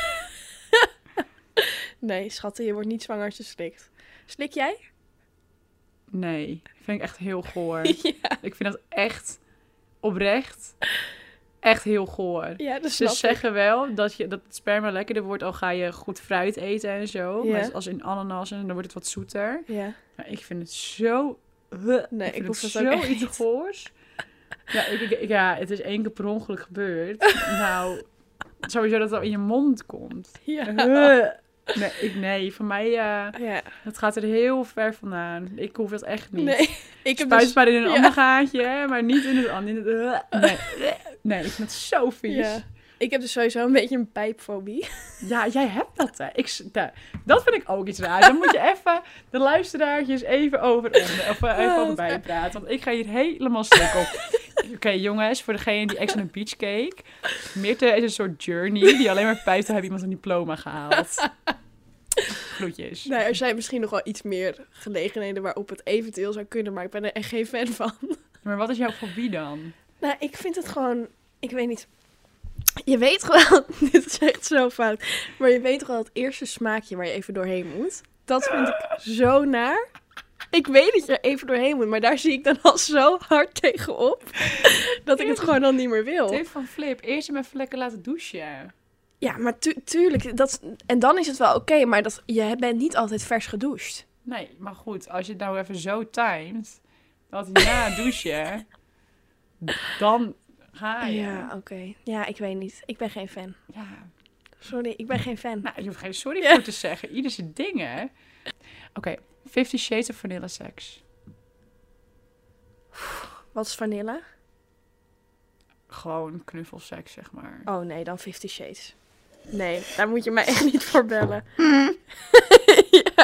[SPEAKER 2] Nee, schatten, je wordt niet zwanger als je slikt. Slik jij?
[SPEAKER 3] Nee, vind ik echt heel goor.
[SPEAKER 2] Ja,
[SPEAKER 3] Ik vind dat echt oprecht echt heel goor.
[SPEAKER 2] ja, dat
[SPEAKER 3] Ze
[SPEAKER 2] snap ik.
[SPEAKER 3] zeggen wel dat, je, dat het sperma lekkerder wordt al ga je goed fruit eten en zo.
[SPEAKER 2] Ja.
[SPEAKER 3] Met, als in ananas en dan wordt het wat zoeter.
[SPEAKER 2] Ja.
[SPEAKER 3] Maar ik vind het zo... Nee,
[SPEAKER 2] Nee,
[SPEAKER 3] ik
[SPEAKER 2] ik
[SPEAKER 3] vind
[SPEAKER 2] hoef
[SPEAKER 3] het
[SPEAKER 2] dat ook
[SPEAKER 3] zo
[SPEAKER 2] echt
[SPEAKER 3] iets
[SPEAKER 2] niet.
[SPEAKER 3] goors. Ja, ik, ik- ja, het is één keer per ongeluk gebeurd. Nou, sowieso dat het al in je mond komt.
[SPEAKER 2] Ja.
[SPEAKER 3] Nee, ik, nee, voor mij, uh,
[SPEAKER 2] Ja.
[SPEAKER 3] het gaat er heel ver vandaan. Ik hoef dat echt niet.
[SPEAKER 2] Nee, ik heb
[SPEAKER 3] Spuit
[SPEAKER 2] dus...
[SPEAKER 3] maar in een
[SPEAKER 2] ja.
[SPEAKER 3] ander gaatje, hè, maar niet in het andere. Nee. Nee, ik vind het zo vies.
[SPEAKER 2] Ja.
[SPEAKER 3] Ja,
[SPEAKER 2] Ik heb dus sowieso een beetje een pijpfobie.
[SPEAKER 3] jij hebt dat, hè. Ik, s- da- dat vind ik ook iets raars. Dan moet je even de luisteraartjes even over, onder, of, uh, even over bijpraten. Want ik ga hier helemaal stuk op. Oké, jongens, voor degene die Ex on the Beach keek. Mirte is een soort journey die alleen maar pijpt, dan heb iemand een diploma gehaald. Groetjes.
[SPEAKER 2] Nou, er zijn misschien nog wel iets meer gelegenheden waarop het eventueel zou kunnen, maar ik ben er echt geen fan van.
[SPEAKER 3] Maar wat is jouw fobie dan?
[SPEAKER 2] Nou, ik vind het gewoon... Ik weet niet... Je weet gewoon... Dit is echt zo fout. Maar je weet toch wel het eerste smaakje waar je even doorheen moet? Dat vind ik zo naar. Ik weet dat je er even doorheen moet, maar daar zie ik dan al zo hard tegenop. Dat ik het gewoon dan niet meer wil.
[SPEAKER 3] Tip van Flip. Eerst hem even lekker laten douchen.
[SPEAKER 2] Ja, maar tu- tuurlijk. Dat, en dan is het wel oké, okay, maar dat, je bent niet altijd vers gedoucht.
[SPEAKER 3] Nee, maar goed. Als je het nou even zo timed, dat na het douchen, dan ga je.
[SPEAKER 2] Ja, oké. Okay. Ja, ik weet niet. Ik ben geen fan.
[SPEAKER 3] Ja.
[SPEAKER 2] Sorry, ik ben geen fan.
[SPEAKER 3] Nou, je hoeft geen sorry
[SPEAKER 2] Ja.
[SPEAKER 3] voor te zeggen. Ieder zijn dingen. Oké, okay. Fifty Shades of Vanilla Sex.
[SPEAKER 2] Wat is vanilla?
[SPEAKER 3] Gewoon knuffelseks, zeg maar.
[SPEAKER 2] Oh nee, dan Fifty Shades. Nee, daar moet je mij echt niet voor bellen. Ja.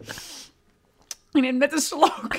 [SPEAKER 3] Ik neem net een slok.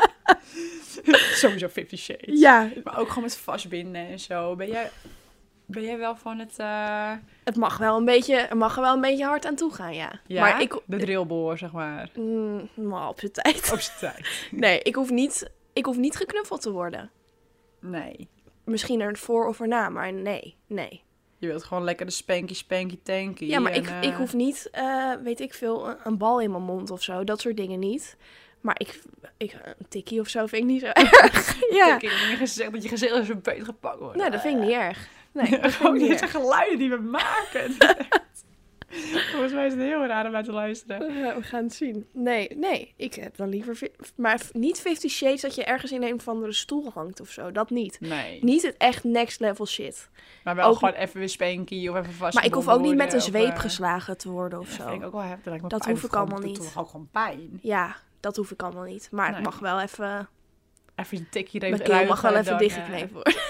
[SPEAKER 3] Sowieso Fifty Shades.
[SPEAKER 2] Ja.
[SPEAKER 3] Maar ook gewoon met vastbinden en zo. Ben jij, ben jij wel van het... Uh...
[SPEAKER 2] Het mag wel een beetje, het mag er wel een beetje hard aan toe gaan, ja.
[SPEAKER 3] Ja,
[SPEAKER 2] maar ik,
[SPEAKER 3] de drillboor, zeg maar.
[SPEAKER 2] Mm, maar op zijn tijd.
[SPEAKER 3] Op zijn tijd.
[SPEAKER 2] Nee, ik hoef, niet, ik hoef niet geknuffeld te worden.
[SPEAKER 3] Nee.
[SPEAKER 2] Misschien ervoor of erna, maar nee, nee.
[SPEAKER 3] Je wilt gewoon lekker de spanky, spanky, tanky.
[SPEAKER 2] Ja, maar
[SPEAKER 3] en,
[SPEAKER 2] ik,
[SPEAKER 3] uh...
[SPEAKER 2] ik hoef niet, uh, weet ik veel, een, een bal in mijn mond of zo. Dat soort dingen niet. Maar ik, ik een tikkie of zo vind ik niet zo erg. Ja.
[SPEAKER 3] Ik heb niet gezegd dat je gezicht is een beet gepakt wordt.
[SPEAKER 2] Nee, dat vind ik niet erg. Nee, dat vind ik
[SPEAKER 3] Gewoon
[SPEAKER 2] niet
[SPEAKER 3] dit
[SPEAKER 2] erg.
[SPEAKER 3] zijn geluiden die we maken. Volgens mij is het heel raar om naar te luisteren.
[SPEAKER 2] Uh, we gaan het zien. Nee, nee. Ik heb dan liever... vi- Maar f- niet Fifty Shades dat je ergens in een of andere stoel hangt of zo. Dat niet.
[SPEAKER 3] Nee.
[SPEAKER 2] Niet het echt next level shit.
[SPEAKER 3] Maar wel
[SPEAKER 2] ook-
[SPEAKER 3] gewoon even weer spanky of even vast.
[SPEAKER 2] Maar ik hoef ook niet met een zweep geslagen te worden of
[SPEAKER 3] Dat
[SPEAKER 2] zo.
[SPEAKER 3] vind ik ook wel heftig. Dat,
[SPEAKER 2] Dat hoef ik allemaal niet.
[SPEAKER 3] Dat doet toch ook gewoon pijn.
[SPEAKER 2] Ja, dat hoef ik allemaal niet. Maar
[SPEAKER 3] Nee.
[SPEAKER 2] het mag wel even...
[SPEAKER 3] Even een tikje
[SPEAKER 2] Mijn
[SPEAKER 3] erin
[SPEAKER 2] keel mag wel even
[SPEAKER 3] dan,
[SPEAKER 2] dichtgeknepen
[SPEAKER 3] uh,
[SPEAKER 2] worden.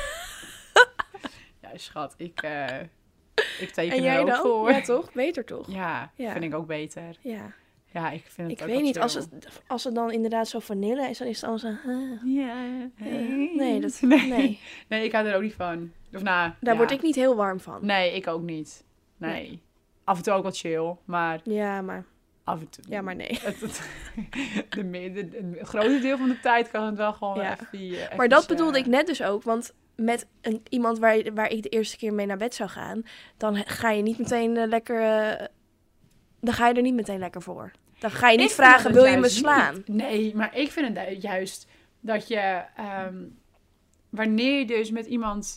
[SPEAKER 3] Ja, schat. Ik, uh, ik teken
[SPEAKER 2] En
[SPEAKER 3] er
[SPEAKER 2] jij
[SPEAKER 3] ook
[SPEAKER 2] dan?
[SPEAKER 3] voor.
[SPEAKER 2] Ja, toch? Beter toch?
[SPEAKER 3] Ja,
[SPEAKER 2] Ja.
[SPEAKER 3] vind ik ook beter.
[SPEAKER 2] Ja.
[SPEAKER 3] Ja, ik vind het
[SPEAKER 2] Ik
[SPEAKER 3] ook
[SPEAKER 2] weet
[SPEAKER 3] wel
[SPEAKER 2] niet, als
[SPEAKER 3] chill.
[SPEAKER 2] het, als het dan inderdaad zo vanille is, dan is het dan zo... ah,
[SPEAKER 3] Ja.
[SPEAKER 2] uh, nee, dat...
[SPEAKER 3] Nee.
[SPEAKER 2] Nee.
[SPEAKER 3] Nee, ik hou er ook niet van. Of nou,
[SPEAKER 2] Daar
[SPEAKER 3] ja.
[SPEAKER 2] word ik niet heel warm van.
[SPEAKER 3] Nee, ik ook niet. Nee.
[SPEAKER 2] Nee.
[SPEAKER 3] Af en toe ook wat chill, maar
[SPEAKER 2] Ja, maar...
[SPEAKER 3] af en toe.
[SPEAKER 2] Ja, maar nee.
[SPEAKER 3] Het, het, de, me- de, de- het grote deel van de tijd kan het wel gewoon
[SPEAKER 2] Ja.
[SPEAKER 3] even... even
[SPEAKER 2] Maar dat
[SPEAKER 3] uh,
[SPEAKER 2] bedoelde ik net dus ook, want met een, iemand waar, je- waar ik de eerste keer mee naar bed zou gaan, dan ga je niet meteen eh, lekker, eh, dan ga je er niet meteen lekker voor. Dan ga je niet
[SPEAKER 3] Ik vind
[SPEAKER 2] vragen,
[SPEAKER 3] dat
[SPEAKER 2] wil je me
[SPEAKER 3] juist
[SPEAKER 2] slaan?
[SPEAKER 3] niet. Nee, maar ik vind het juist dat je, um, wanneer je dus met iemand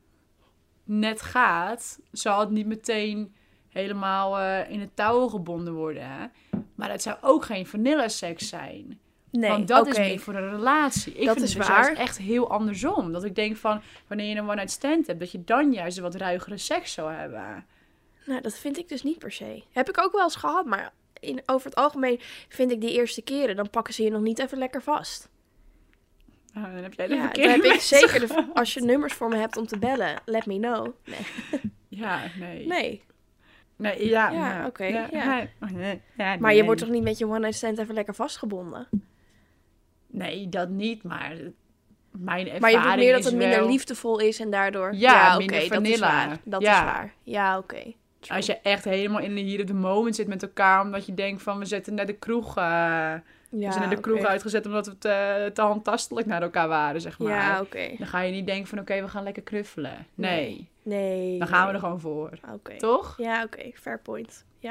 [SPEAKER 3] net gaat, zal het niet meteen helemaal uh, in het touw gebonden worden. Hè? Maar het zou ook geen vanilla seks zijn.
[SPEAKER 2] Nee,
[SPEAKER 3] Want dat
[SPEAKER 2] oké.
[SPEAKER 3] is meer voor een relatie. Ik
[SPEAKER 2] Dat
[SPEAKER 3] vind
[SPEAKER 2] is
[SPEAKER 3] het dus
[SPEAKER 2] waar.
[SPEAKER 3] juist echt heel andersom. Dat ik denk van, wanneer je een one-night stand hebt, dat je dan juist een wat ruigere seks zou hebben.
[SPEAKER 2] Nou, dat vind ik dus niet per se. Heb ik ook wel eens gehad, maar in, over het algemeen vind ik die eerste keren, dan pakken ze je nog niet even lekker vast.
[SPEAKER 3] Nou, dan heb jij de
[SPEAKER 2] Ja, dan
[SPEAKER 3] verkeerde
[SPEAKER 2] heb ik
[SPEAKER 3] mensen
[SPEAKER 2] zeker, de,
[SPEAKER 3] gehad.
[SPEAKER 2] als je nummers voor me hebt om te bellen, let me know. Nee,
[SPEAKER 3] Ja, nee.
[SPEAKER 2] nee.
[SPEAKER 3] Nee, ja.
[SPEAKER 2] Ja,
[SPEAKER 3] nou,
[SPEAKER 2] oké,
[SPEAKER 3] ja,
[SPEAKER 2] ja.
[SPEAKER 3] nee, oh, nee, ja,
[SPEAKER 2] Maar je
[SPEAKER 3] nee.
[SPEAKER 2] wordt toch niet met je one-night stand even lekker vastgebonden?
[SPEAKER 3] Nee, dat niet, maar mijn ervaring
[SPEAKER 2] Maar je bedoelt meer dat
[SPEAKER 3] is
[SPEAKER 2] het minder
[SPEAKER 3] wel-
[SPEAKER 2] liefdevol is en daardoor...
[SPEAKER 3] Ja,
[SPEAKER 2] oké,
[SPEAKER 3] minder
[SPEAKER 2] dat is
[SPEAKER 3] vanilla.
[SPEAKER 2] waar. Dat
[SPEAKER 3] Ja.
[SPEAKER 2] is waar. Ja, oké. True.
[SPEAKER 3] Als je echt helemaal in de hier op de moment zit met elkaar, omdat je denkt van we zetten naar de kroeg, uh,
[SPEAKER 2] ja,
[SPEAKER 3] we zijn naar de kroeg
[SPEAKER 2] oké.
[SPEAKER 3] uitgezet omdat we te, te handtastelijk naar elkaar waren, zeg maar.
[SPEAKER 2] Ja, oké.
[SPEAKER 3] Dan ga je niet denken van oké, we gaan lekker knuffelen. Nee,
[SPEAKER 2] Nee.
[SPEAKER 3] dan gaan we
[SPEAKER 2] nee.
[SPEAKER 3] er gewoon voor.
[SPEAKER 2] Oké.
[SPEAKER 3] Toch?
[SPEAKER 2] Ja, oké. Fair point. Ja.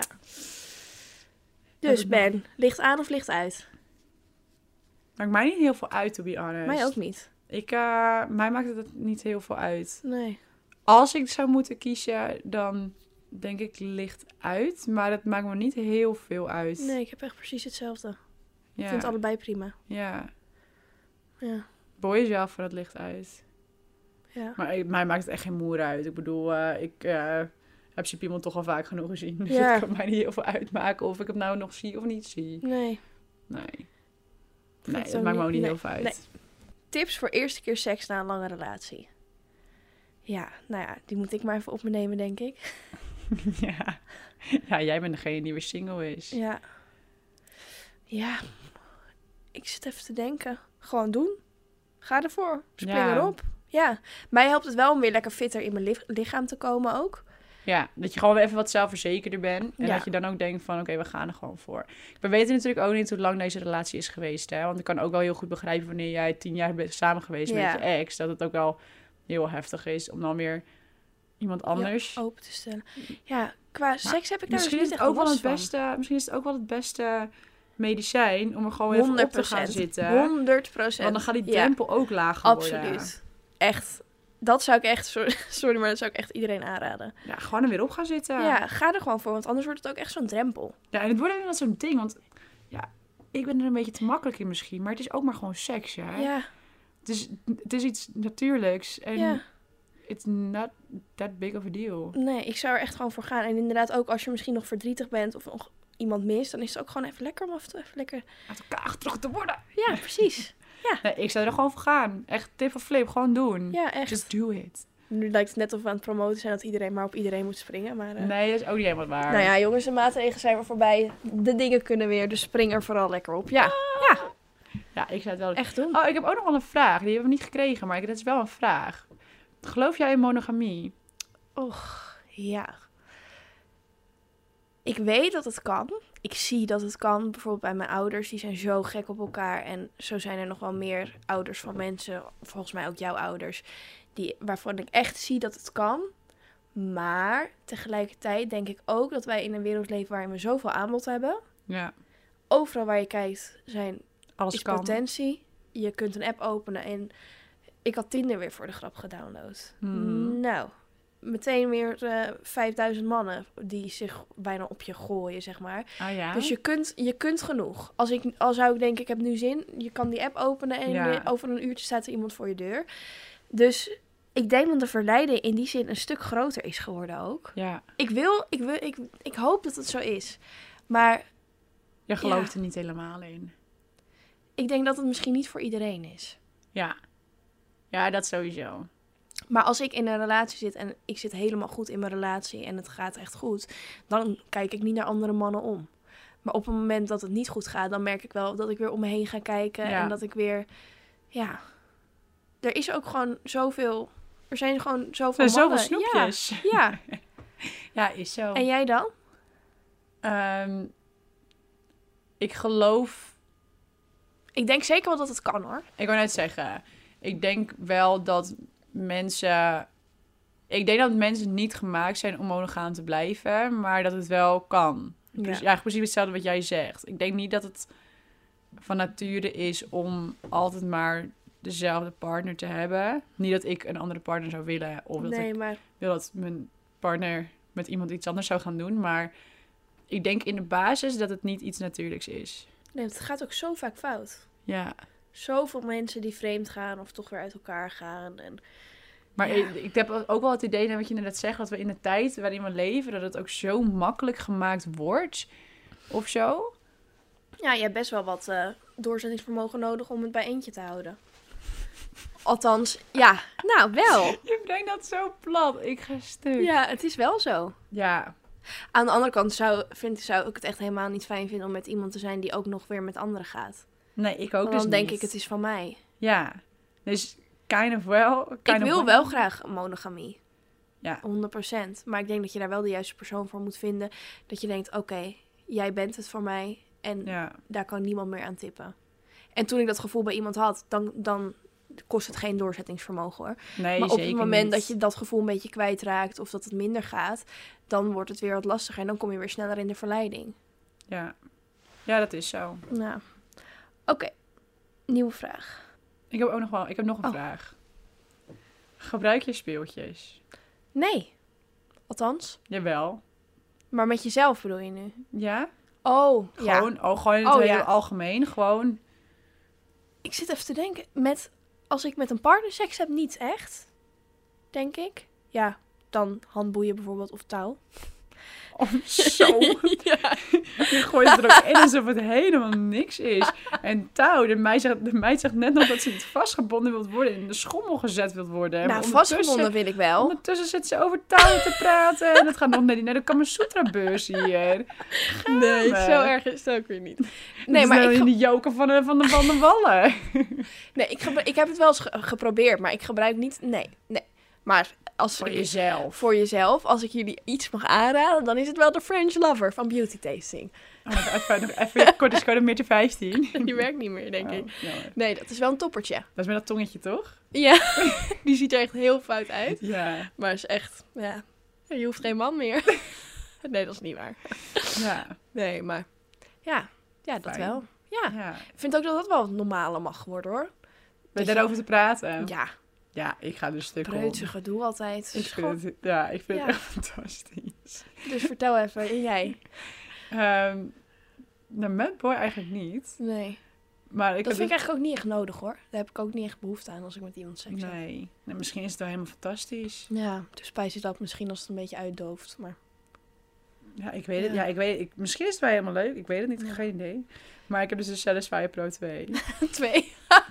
[SPEAKER 3] Heb
[SPEAKER 2] Dus
[SPEAKER 3] ik nog-
[SPEAKER 2] Ben, licht aan of licht uit?
[SPEAKER 3] Maakt mij niet heel veel uit, to be honest.
[SPEAKER 2] Mij ook niet.
[SPEAKER 3] Ik, uh, mij maakt het niet heel veel uit.
[SPEAKER 2] Nee.
[SPEAKER 3] Als ik zou moeten kiezen, dan denk ik licht uit. Maar het maakt me niet heel veel uit.
[SPEAKER 2] Nee, ik heb echt precies hetzelfde. Ik
[SPEAKER 3] ja.
[SPEAKER 2] vind het allebei prima.
[SPEAKER 3] Ja.
[SPEAKER 2] Ja.
[SPEAKER 3] Boy is wel voor het licht uit.
[SPEAKER 2] Ja.
[SPEAKER 3] Maar ik- mij maakt het echt geen moer uit. Ik bedoel, uh, ik uh, heb zijn piemel toch al vaak genoeg gezien. Dus
[SPEAKER 2] Ja.
[SPEAKER 3] het kan mij niet heel veel uitmaken of ik hem nou nog zie of niet zie.
[SPEAKER 2] Nee.
[SPEAKER 3] Nee.
[SPEAKER 2] vind
[SPEAKER 3] Nee,
[SPEAKER 2] het
[SPEAKER 3] dat
[SPEAKER 2] ook
[SPEAKER 3] maakt me ook
[SPEAKER 2] niet-
[SPEAKER 3] niet
[SPEAKER 2] nee.
[SPEAKER 3] heel veel uit.
[SPEAKER 2] Nee. Tips voor eerste keer seks na een lange relatie. Ja, nou ja, die moet ik maar even op me nemen, denk ik.
[SPEAKER 3] ja. ja, jij bent degene die weer single is.
[SPEAKER 2] Ja. Ja. Ik zit even te denken. Gewoon doen. Ga ervoor. Spring
[SPEAKER 3] Ja.
[SPEAKER 2] erop. Ja. Mij helpt het wel om weer lekker fitter in mijn li- lichaam te komen ook.
[SPEAKER 3] Ja, dat je gewoon weer even wat zelfverzekerder bent. En
[SPEAKER 2] Ja.
[SPEAKER 3] dat je dan ook denkt van, oké, we gaan er gewoon voor. We weten natuurlijk ook niet hoe lang deze relatie is geweest, hè. Want ik kan ook wel heel goed begrijpen wanneer jij tien jaar bent samen geweest
[SPEAKER 2] Ja.
[SPEAKER 3] met je ex. Dat het ook wel heel heftig is om dan weer iemand anders...
[SPEAKER 2] Ja, open te stellen. Ja, qua seks heb ik daar dus
[SPEAKER 3] Misschien
[SPEAKER 2] niet
[SPEAKER 3] is, het
[SPEAKER 2] echt
[SPEAKER 3] ook wel
[SPEAKER 2] last
[SPEAKER 3] het
[SPEAKER 2] van.
[SPEAKER 3] beste, misschien is het ook wel het beste medicijn om er gewoon even op te gaan zitten.
[SPEAKER 2] honderd procent.
[SPEAKER 3] Want dan gaat die
[SPEAKER 2] Ja,
[SPEAKER 3] drempel ook lager worden.
[SPEAKER 2] absoluut. Echt. Dat zou ik echt, sorry, sorry, maar dat zou ik echt iedereen aanraden.
[SPEAKER 3] Ja, gewoon er weer op gaan zitten.
[SPEAKER 2] Ja, ga er gewoon voor, want anders wordt het ook echt zo'n drempel.
[SPEAKER 3] Ja, en het wordt inderdaad zo'n ding, want ja, ik ben er een beetje te makkelijk in misschien, maar het is ook maar gewoon seks, ja.
[SPEAKER 2] Ja,
[SPEAKER 3] Het is, het is iets natuurlijks en
[SPEAKER 2] ja.
[SPEAKER 3] it's not that big of a deal.
[SPEAKER 2] Nee, ik zou er echt gewoon voor gaan. En inderdaad ook als je misschien nog verdrietig bent of nog iemand mist, dan is het ook gewoon even lekker om af te even lekker...
[SPEAKER 3] Uit elkaar getrokken te worden.
[SPEAKER 2] Ja, precies.
[SPEAKER 3] Nee, ik zou er gewoon voor gaan. Echt tip of flip, gewoon doen.
[SPEAKER 2] Ja, echt.
[SPEAKER 3] Just do it.
[SPEAKER 2] Nu lijkt het net of we aan het promoten zijn dat iedereen maar op iedereen moet springen. Maar, uh...
[SPEAKER 3] Nee, dat is ook niet helemaal waar.
[SPEAKER 2] Nou ja, jongens, de maatregelen zijn weer voorbij. De dingen kunnen weer, dus spring er vooral lekker op. Ja, ja,
[SPEAKER 3] Ja, ik zou het wel...
[SPEAKER 2] echt doen.
[SPEAKER 3] Oh, ik heb ook nog wel een vraag. Die hebben we niet gekregen, maar dat is wel een vraag. Geloof jij in monogamie?
[SPEAKER 2] Och, ja. Ik weet dat het kan. Ik zie dat het kan. Bijvoorbeeld bij mijn ouders. Die zijn zo gek op elkaar. En zo zijn er nog wel meer ouders van mensen. Volgens mij ook jouw ouders. Die, waarvan ik echt zie dat het kan. Maar tegelijkertijd denk ik ook dat wij in een wereld leven waarin we zoveel aanbod hebben.
[SPEAKER 3] Ja,
[SPEAKER 2] Overal waar je kijkt zijn,
[SPEAKER 3] alles
[SPEAKER 2] is
[SPEAKER 3] kan.
[SPEAKER 2] potentie. Je kunt een app openen en ik had Tinder weer voor de grap gedownload.
[SPEAKER 3] Hmm.
[SPEAKER 2] Nou, meteen weer eh, vijfduizend mannen die zich bijna op je gooien, zeg maar.
[SPEAKER 3] Ah ja?
[SPEAKER 2] Dus je kunt, je kunt genoeg. Als ik, al zou ik denken, ik heb nu zin, je kan die app openen en
[SPEAKER 3] Ja.
[SPEAKER 2] weer over een uurtje staat er iemand voor je deur. Dus ik denk dat de verleiding in die zin een stuk groter is geworden ook.
[SPEAKER 3] Ja,
[SPEAKER 2] Ik wil, ik wil, ik, ik hoop dat het zo is. Maar
[SPEAKER 3] je gelooft
[SPEAKER 2] Ja.
[SPEAKER 3] er niet helemaal in.
[SPEAKER 2] ik denk dat het misschien niet voor iedereen is.
[SPEAKER 3] Ja. Ja, dat sowieso.
[SPEAKER 2] Maar als ik in een relatie zit en ik zit helemaal goed in mijn relatie en het gaat echt goed, dan kijk ik niet naar andere mannen om. Maar op het moment dat het niet goed gaat, dan merk ik wel dat ik weer om me heen ga kijken
[SPEAKER 3] Ja.
[SPEAKER 2] en dat ik weer, ja, er is ook gewoon zoveel, er zijn gewoon zoveel
[SPEAKER 3] Er zijn zoveel
[SPEAKER 2] mannen.
[SPEAKER 3] snoepjes.
[SPEAKER 2] Ja, ja.
[SPEAKER 3] Ja, is zo.
[SPEAKER 2] En jij dan?
[SPEAKER 3] Ehm, ik geloof...
[SPEAKER 2] Ik denk zeker wel dat het kan hoor.
[SPEAKER 3] Ik wou net zeggen, ik denk wel dat mensen... Ik denk dat mensen niet gemaakt zijn om monogaam te blijven, maar dat het wel kan.
[SPEAKER 2] Ja.
[SPEAKER 3] Dus ja, precies hetzelfde wat jij zegt. Ik denk niet dat het van nature is om altijd maar dezelfde partner te hebben. Niet dat ik een andere partner zou willen, of dat
[SPEAKER 2] Nee,
[SPEAKER 3] ik
[SPEAKER 2] maar
[SPEAKER 3] wil dat mijn partner met iemand iets anders zou gaan doen. Maar ik denk in de basis dat het niet iets natuurlijks is.
[SPEAKER 2] nee, het gaat ook zo vaak fout.
[SPEAKER 3] Ja,
[SPEAKER 2] Zoveel mensen die vreemd gaan of toch weer uit elkaar gaan. En
[SPEAKER 3] maar
[SPEAKER 2] Ja.
[SPEAKER 3] ik, ik heb ook wel het idee, net wat je net zegt, dat we in de tijd waarin we leven, dat het ook zo makkelijk gemaakt wordt. Of zo.
[SPEAKER 2] ja, je hebt best wel wat eh, doorzettingsvermogen nodig om het bij eentje te houden. Althans, ja, nou wel.
[SPEAKER 3] Je brengt dat zo plat. Ik ga stuk.
[SPEAKER 2] Ja, het is wel zo.
[SPEAKER 3] Ja.
[SPEAKER 2] Aan de andere kant zou, vind, zou ik het echt helemaal niet fijn vinden om met iemand te zijn die ook nog weer met anderen gaat.
[SPEAKER 3] Nee, ik ook
[SPEAKER 2] Want dan
[SPEAKER 3] dus
[SPEAKER 2] denk
[SPEAKER 3] niet.
[SPEAKER 2] ik, het is van mij.
[SPEAKER 3] Ja. Dus kind of wel. Kind
[SPEAKER 2] Ik
[SPEAKER 3] of
[SPEAKER 2] wil
[SPEAKER 3] wel.
[SPEAKER 2] wel graag monogamie.
[SPEAKER 3] Ja.
[SPEAKER 2] honderd procent. Maar ik denk dat je daar wel de juiste persoon voor moet vinden. Dat je denkt, oké, jij bent het voor mij. En
[SPEAKER 3] Ja.
[SPEAKER 2] daar kan niemand meer aan tippen. En toen ik dat gevoel bij iemand had, dan, dan kost het geen doorzettingsvermogen hoor.
[SPEAKER 3] Nee,
[SPEAKER 2] Maar op
[SPEAKER 3] zeker
[SPEAKER 2] het moment
[SPEAKER 3] niet.
[SPEAKER 2] dat je dat gevoel een beetje kwijtraakt of dat het minder gaat, dan wordt het weer wat lastiger en dan kom je weer sneller in de verleiding.
[SPEAKER 3] Ja. Ja, dat is zo.
[SPEAKER 2] Nou, oké. Nieuwe vraag.
[SPEAKER 3] Ik heb ook nog wel... Ik heb nog een
[SPEAKER 2] Oh.
[SPEAKER 3] vraag. Gebruik je speeltjes?
[SPEAKER 2] Nee. Althans.
[SPEAKER 3] Jawel.
[SPEAKER 2] Maar met jezelf bedoel je nu?
[SPEAKER 3] Ja?
[SPEAKER 2] Oh, ja.
[SPEAKER 3] Gewoon, oh, gewoon in het
[SPEAKER 2] Oh,
[SPEAKER 3] hele
[SPEAKER 2] ja.
[SPEAKER 3] algemeen. Gewoon...
[SPEAKER 2] Ik zit even te denken. Met, als ik met een partner seks heb, niet echt. Denk ik. Ja, dan handboeien bijvoorbeeld of touw.
[SPEAKER 3] Oh, zo.
[SPEAKER 2] Ja.
[SPEAKER 3] Je gooit het er ook in alsof het helemaal niks is. En touw, de meid zegt, de meid zegt net nog dat ze niet vastgebonden wilt worden en in de schommel gezet wilt worden. Maar
[SPEAKER 2] Nou,
[SPEAKER 3] ondertussen-
[SPEAKER 2] vastgebonden wil ik wel.
[SPEAKER 3] Ondertussen zit ze over touwen te praten. En het gaat nog naar, die, naar de Kamasutra-beurs hier.
[SPEAKER 2] Nee,
[SPEAKER 3] maar.
[SPEAKER 2] zo erg is het ook weer niet.
[SPEAKER 3] Nee,
[SPEAKER 2] Nee, maar ik,
[SPEAKER 3] in
[SPEAKER 2] ge-
[SPEAKER 3] de joken van de, van de, van de wallen.
[SPEAKER 2] nee, ik, gebru- ik heb het wel eens ge- geprobeerd, maar ik gebruik niet... Nee, nee. Maar als
[SPEAKER 3] Voor
[SPEAKER 2] ik-
[SPEAKER 3] jezelf.
[SPEAKER 2] voor jezelf, als ik jullie iets mag aanraden, dan is het wel de French Lover van Beauty Tasting.
[SPEAKER 3] Oh, nog even, nog even kort, is code meer te vijftien.
[SPEAKER 2] Die werkt niet meer, denk ik.
[SPEAKER 3] Oh, jammer.
[SPEAKER 2] Nee, dat is wel een toppertje.
[SPEAKER 3] Dat is met dat tongetje, toch?
[SPEAKER 2] Ja, die ziet er echt heel fout uit.
[SPEAKER 3] Ja.
[SPEAKER 2] Maar is echt, ja, je hoeft geen man meer. Nee, dat is niet waar.
[SPEAKER 3] Ja.
[SPEAKER 2] Nee, maar ja, ja dat
[SPEAKER 3] Fijn.
[SPEAKER 2] wel. Ja,
[SPEAKER 3] ja.
[SPEAKER 2] ik vind ook dat dat wel het normale mag worden, hoor.
[SPEAKER 3] Ben je
[SPEAKER 2] je-
[SPEAKER 3] daarover te praten?
[SPEAKER 2] Ja,
[SPEAKER 3] Ja, ik ga er een stuk om.
[SPEAKER 2] preutse gedoe altijd.
[SPEAKER 3] Ik
[SPEAKER 2] Dus,
[SPEAKER 3] vind het, ja, ik vind
[SPEAKER 2] Ja.
[SPEAKER 3] het echt fantastisch.
[SPEAKER 2] dus vertel even, en jij?
[SPEAKER 3] Ehm nou, met boy eigenlijk niet.
[SPEAKER 2] Nee,
[SPEAKER 3] Maar ik
[SPEAKER 2] dat
[SPEAKER 3] heb
[SPEAKER 2] vind ik eigenlijk ook niet echt nodig, hoor. Daar heb ik ook niet echt behoefte aan als ik met iemand seks heb.
[SPEAKER 3] Nee. nee, misschien is het wel helemaal fantastisch.
[SPEAKER 2] Ja, dus spijt is dat misschien als het een beetje uitdooft, maar...
[SPEAKER 3] Ja, ik weet het.
[SPEAKER 2] Ja.
[SPEAKER 3] Ja, ik weet ik, misschien is het wel helemaal leuk. Ik weet het niet, ik heb
[SPEAKER 2] Ja.
[SPEAKER 3] geen idee. Maar ik heb dus een Satisfyer Pro twee.
[SPEAKER 2] Twee.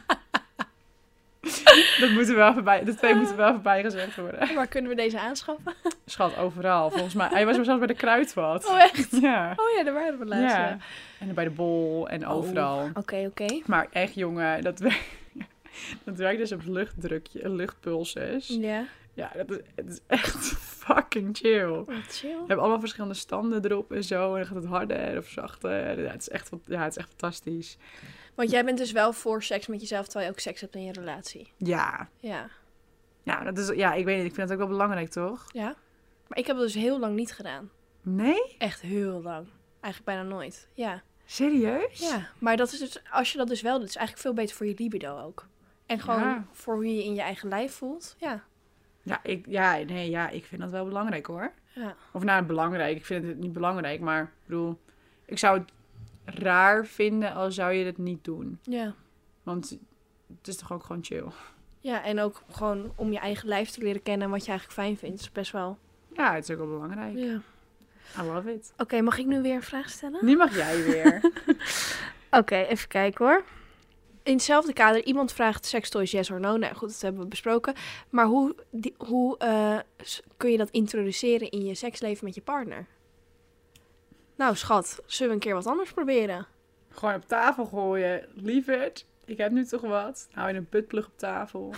[SPEAKER 3] dat moeten wel voorbij, de twee moeten wel voorbij gezet worden.
[SPEAKER 2] Waar kunnen we deze aanschaffen?
[SPEAKER 3] Schat, overal. Volgens mij. Hij was zelfs bij de Kruidvat.
[SPEAKER 2] Oh, echt?
[SPEAKER 3] Ja.
[SPEAKER 2] Oh ja, daar waren we laatst.
[SPEAKER 3] ja.
[SPEAKER 2] Ja.
[SPEAKER 3] En bij de bol en overal.
[SPEAKER 2] Oké, oké.
[SPEAKER 3] Maar echt, jongen, dat, wer- dat werkt dus op luchtdrukje, luchtpulses.
[SPEAKER 2] Ja,
[SPEAKER 3] Ja, dat is, het is echt fucking chill.
[SPEAKER 2] wat chill.
[SPEAKER 3] Je hebt allemaal verschillende standen erop en zo. En dan gaat het harder of zachter. Ja, het is echt, ja, het is echt fantastisch.
[SPEAKER 2] Want jij bent dus wel voor seks met jezelf, terwijl je ook seks hebt in je relatie.
[SPEAKER 3] Ja.
[SPEAKER 2] Ja.
[SPEAKER 3] Ja, dat is, ja, ik weet niet. Ik vind het ook wel belangrijk, toch?
[SPEAKER 2] Ja? Maar ik heb het dus heel lang niet gedaan.
[SPEAKER 3] Nee?
[SPEAKER 2] Echt heel lang. Eigenlijk bijna nooit. Ja.
[SPEAKER 3] Serieus?
[SPEAKER 2] Ja. Maar dat is dus, als je dat dus wel doet, is eigenlijk veel beter voor je libido ook. En gewoon
[SPEAKER 3] Ja.
[SPEAKER 2] voor hoe je je in je eigen lijf voelt. Ja.
[SPEAKER 3] Ja, ik, ja, nee, ja, ik vind dat wel belangrijk, hoor.
[SPEAKER 2] Ja.
[SPEAKER 3] Of nou, belangrijk. Ik vind het niet belangrijk, maar ik bedoel... Ik zou het raar vinden als zou je het niet doen.
[SPEAKER 2] Ja.
[SPEAKER 3] Want het is toch ook gewoon chill.
[SPEAKER 2] Ja, en ook gewoon om je eigen lijf te leren kennen en wat je eigenlijk fijn vindt. is best wel...
[SPEAKER 3] Ja, het is ook wel belangrijk.
[SPEAKER 2] Ja.
[SPEAKER 3] I love it.
[SPEAKER 2] Oké, mag ik nu weer een vraag stellen?
[SPEAKER 3] Nu mag jij weer.
[SPEAKER 2] Oké, even kijken hoor. In hetzelfde kader, iemand vraagt sextoys yes or no. Nou goed, dat hebben we besproken. Maar hoe, die, hoe eh, s- kun je dat introduceren in je seksleven met je partner? Nou schat, zullen we een keer wat anders proberen?
[SPEAKER 3] Gewoon op tafel gooien. Lieverd, ik heb nu toch wat. Hou je een buttplug op tafel.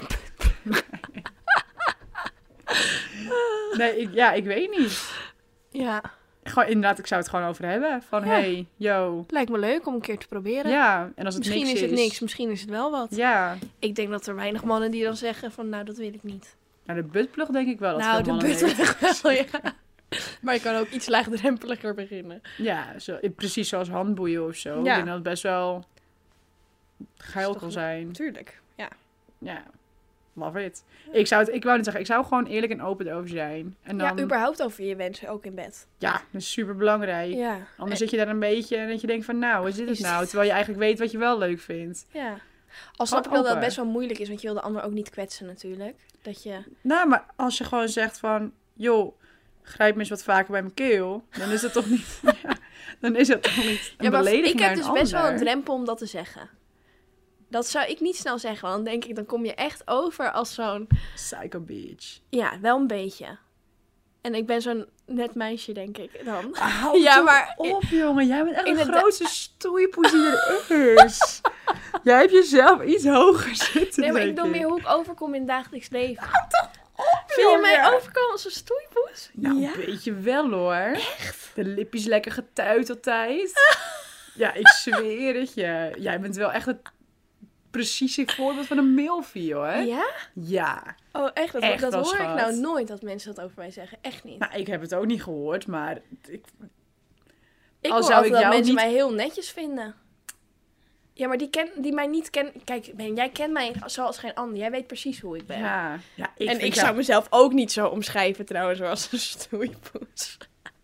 [SPEAKER 3] nee, ik, ja, ik weet niet.
[SPEAKER 2] Ja,
[SPEAKER 3] Gewoon, inderdaad, ik zou het gewoon over hebben. Van,
[SPEAKER 2] Ja.
[SPEAKER 3] hey, yo.
[SPEAKER 2] lijkt me leuk om een keer te proberen.
[SPEAKER 3] Ja, en als het
[SPEAKER 2] misschien
[SPEAKER 3] niks
[SPEAKER 2] is het niks, misschien is het wel wat.
[SPEAKER 3] Ja,
[SPEAKER 2] Ik denk dat er weinig mannen die dan zeggen van nou, dat wil ik niet.
[SPEAKER 3] nou, de buttplug denk ik wel. Dat
[SPEAKER 2] nou,
[SPEAKER 3] veel
[SPEAKER 2] de
[SPEAKER 3] mannen
[SPEAKER 2] buttplug wel, ja. Maar je kan ook iets laagdrempeliger beginnen.
[SPEAKER 3] weten. Ja, zo, precies zoals handboeien of zo.
[SPEAKER 2] Ja.
[SPEAKER 3] Ik denk dat het best wel geil
[SPEAKER 2] toch
[SPEAKER 3] kan
[SPEAKER 2] wel-
[SPEAKER 3] zijn.
[SPEAKER 2] Tuurlijk, ja.
[SPEAKER 3] Ja, love it. Ik zou het, ik wou niet zeggen, ik zou gewoon eerlijk en open over zijn. En dan,
[SPEAKER 2] Ja, überhaupt over je wensen, ook in bed.
[SPEAKER 3] ja, dat is super belangrijk.
[SPEAKER 2] Ja.
[SPEAKER 3] Anders zit je daar een beetje en dat je denkt van, nou, wat is dit
[SPEAKER 2] Is
[SPEAKER 3] nou?
[SPEAKER 2] dit-
[SPEAKER 3] Terwijl je eigenlijk weet wat je wel leuk vindt.
[SPEAKER 2] Ja. Al snap ik
[SPEAKER 3] Gewoon
[SPEAKER 2] wel dat het
[SPEAKER 3] open.
[SPEAKER 2] best wel moeilijk is, want je wil de ander ook niet kwetsen natuurlijk. Dat je...
[SPEAKER 3] Nou, maar als je gewoon zegt van, joh, grijp me eens wat vaker bij mijn keel, dan is het toch niet, ja, dan is het toch niet een
[SPEAKER 2] Ja, maar
[SPEAKER 3] belediging
[SPEAKER 2] ik heb
[SPEAKER 3] naar
[SPEAKER 2] dus
[SPEAKER 3] een
[SPEAKER 2] best wel een
[SPEAKER 3] ander.
[SPEAKER 2] drempel om dat te zeggen. Dat zou ik niet snel zeggen, want dan denk ik, dan kom je echt over als zo'n...
[SPEAKER 3] Psycho bitch.
[SPEAKER 2] Ja, wel een beetje. En ik ben zo'n net meisje, denk ik, dan.
[SPEAKER 3] Hou
[SPEAKER 2] Ja,
[SPEAKER 3] toch
[SPEAKER 2] maar-
[SPEAKER 3] op, jongen. Jij bent echt de
[SPEAKER 2] Inderdaad.
[SPEAKER 3] grootste stoeipoes die er is. Jij hebt jezelf iets hoger zitten,
[SPEAKER 2] Nee, maar ik
[SPEAKER 3] denk
[SPEAKER 2] bedoel meer hoe ik overkom in het dagelijks leven.
[SPEAKER 3] op,
[SPEAKER 2] Vind je mij
[SPEAKER 3] jongen.
[SPEAKER 2] overkomen als een stoeipoes?
[SPEAKER 3] Nou,
[SPEAKER 2] ja.
[SPEAKER 3] een beetje wel, hoor. Echt? De lipjes lekker getuit altijd. Ja, ik zweer het je. Jij bent wel echt het precieze voorbeeld van een milfie, hoor.
[SPEAKER 2] Ja?
[SPEAKER 3] Ja.
[SPEAKER 2] Oh, echt? Dat,
[SPEAKER 3] Echt
[SPEAKER 2] dat
[SPEAKER 3] wel,
[SPEAKER 2] hoor ik
[SPEAKER 3] schat.
[SPEAKER 2] nou nooit dat mensen dat over mij zeggen. Echt niet.
[SPEAKER 3] Nou, ik heb het ook niet gehoord, maar ik,
[SPEAKER 2] ik
[SPEAKER 3] al
[SPEAKER 2] hoor
[SPEAKER 3] zou
[SPEAKER 2] altijd
[SPEAKER 3] ik
[SPEAKER 2] dat
[SPEAKER 3] jou
[SPEAKER 2] mensen
[SPEAKER 3] niet-
[SPEAKER 2] mij heel netjes vinden. Ja, maar die, ken, die mij niet kennen... Kijk, Ben, jij kent mij zoals geen ander. Jij weet precies hoe ik ben.
[SPEAKER 3] ja. ja ik
[SPEAKER 2] en
[SPEAKER 3] vind
[SPEAKER 2] ik
[SPEAKER 3] jou-
[SPEAKER 2] zou mezelf ook niet zo omschrijven trouwens zoals een stoeipoes.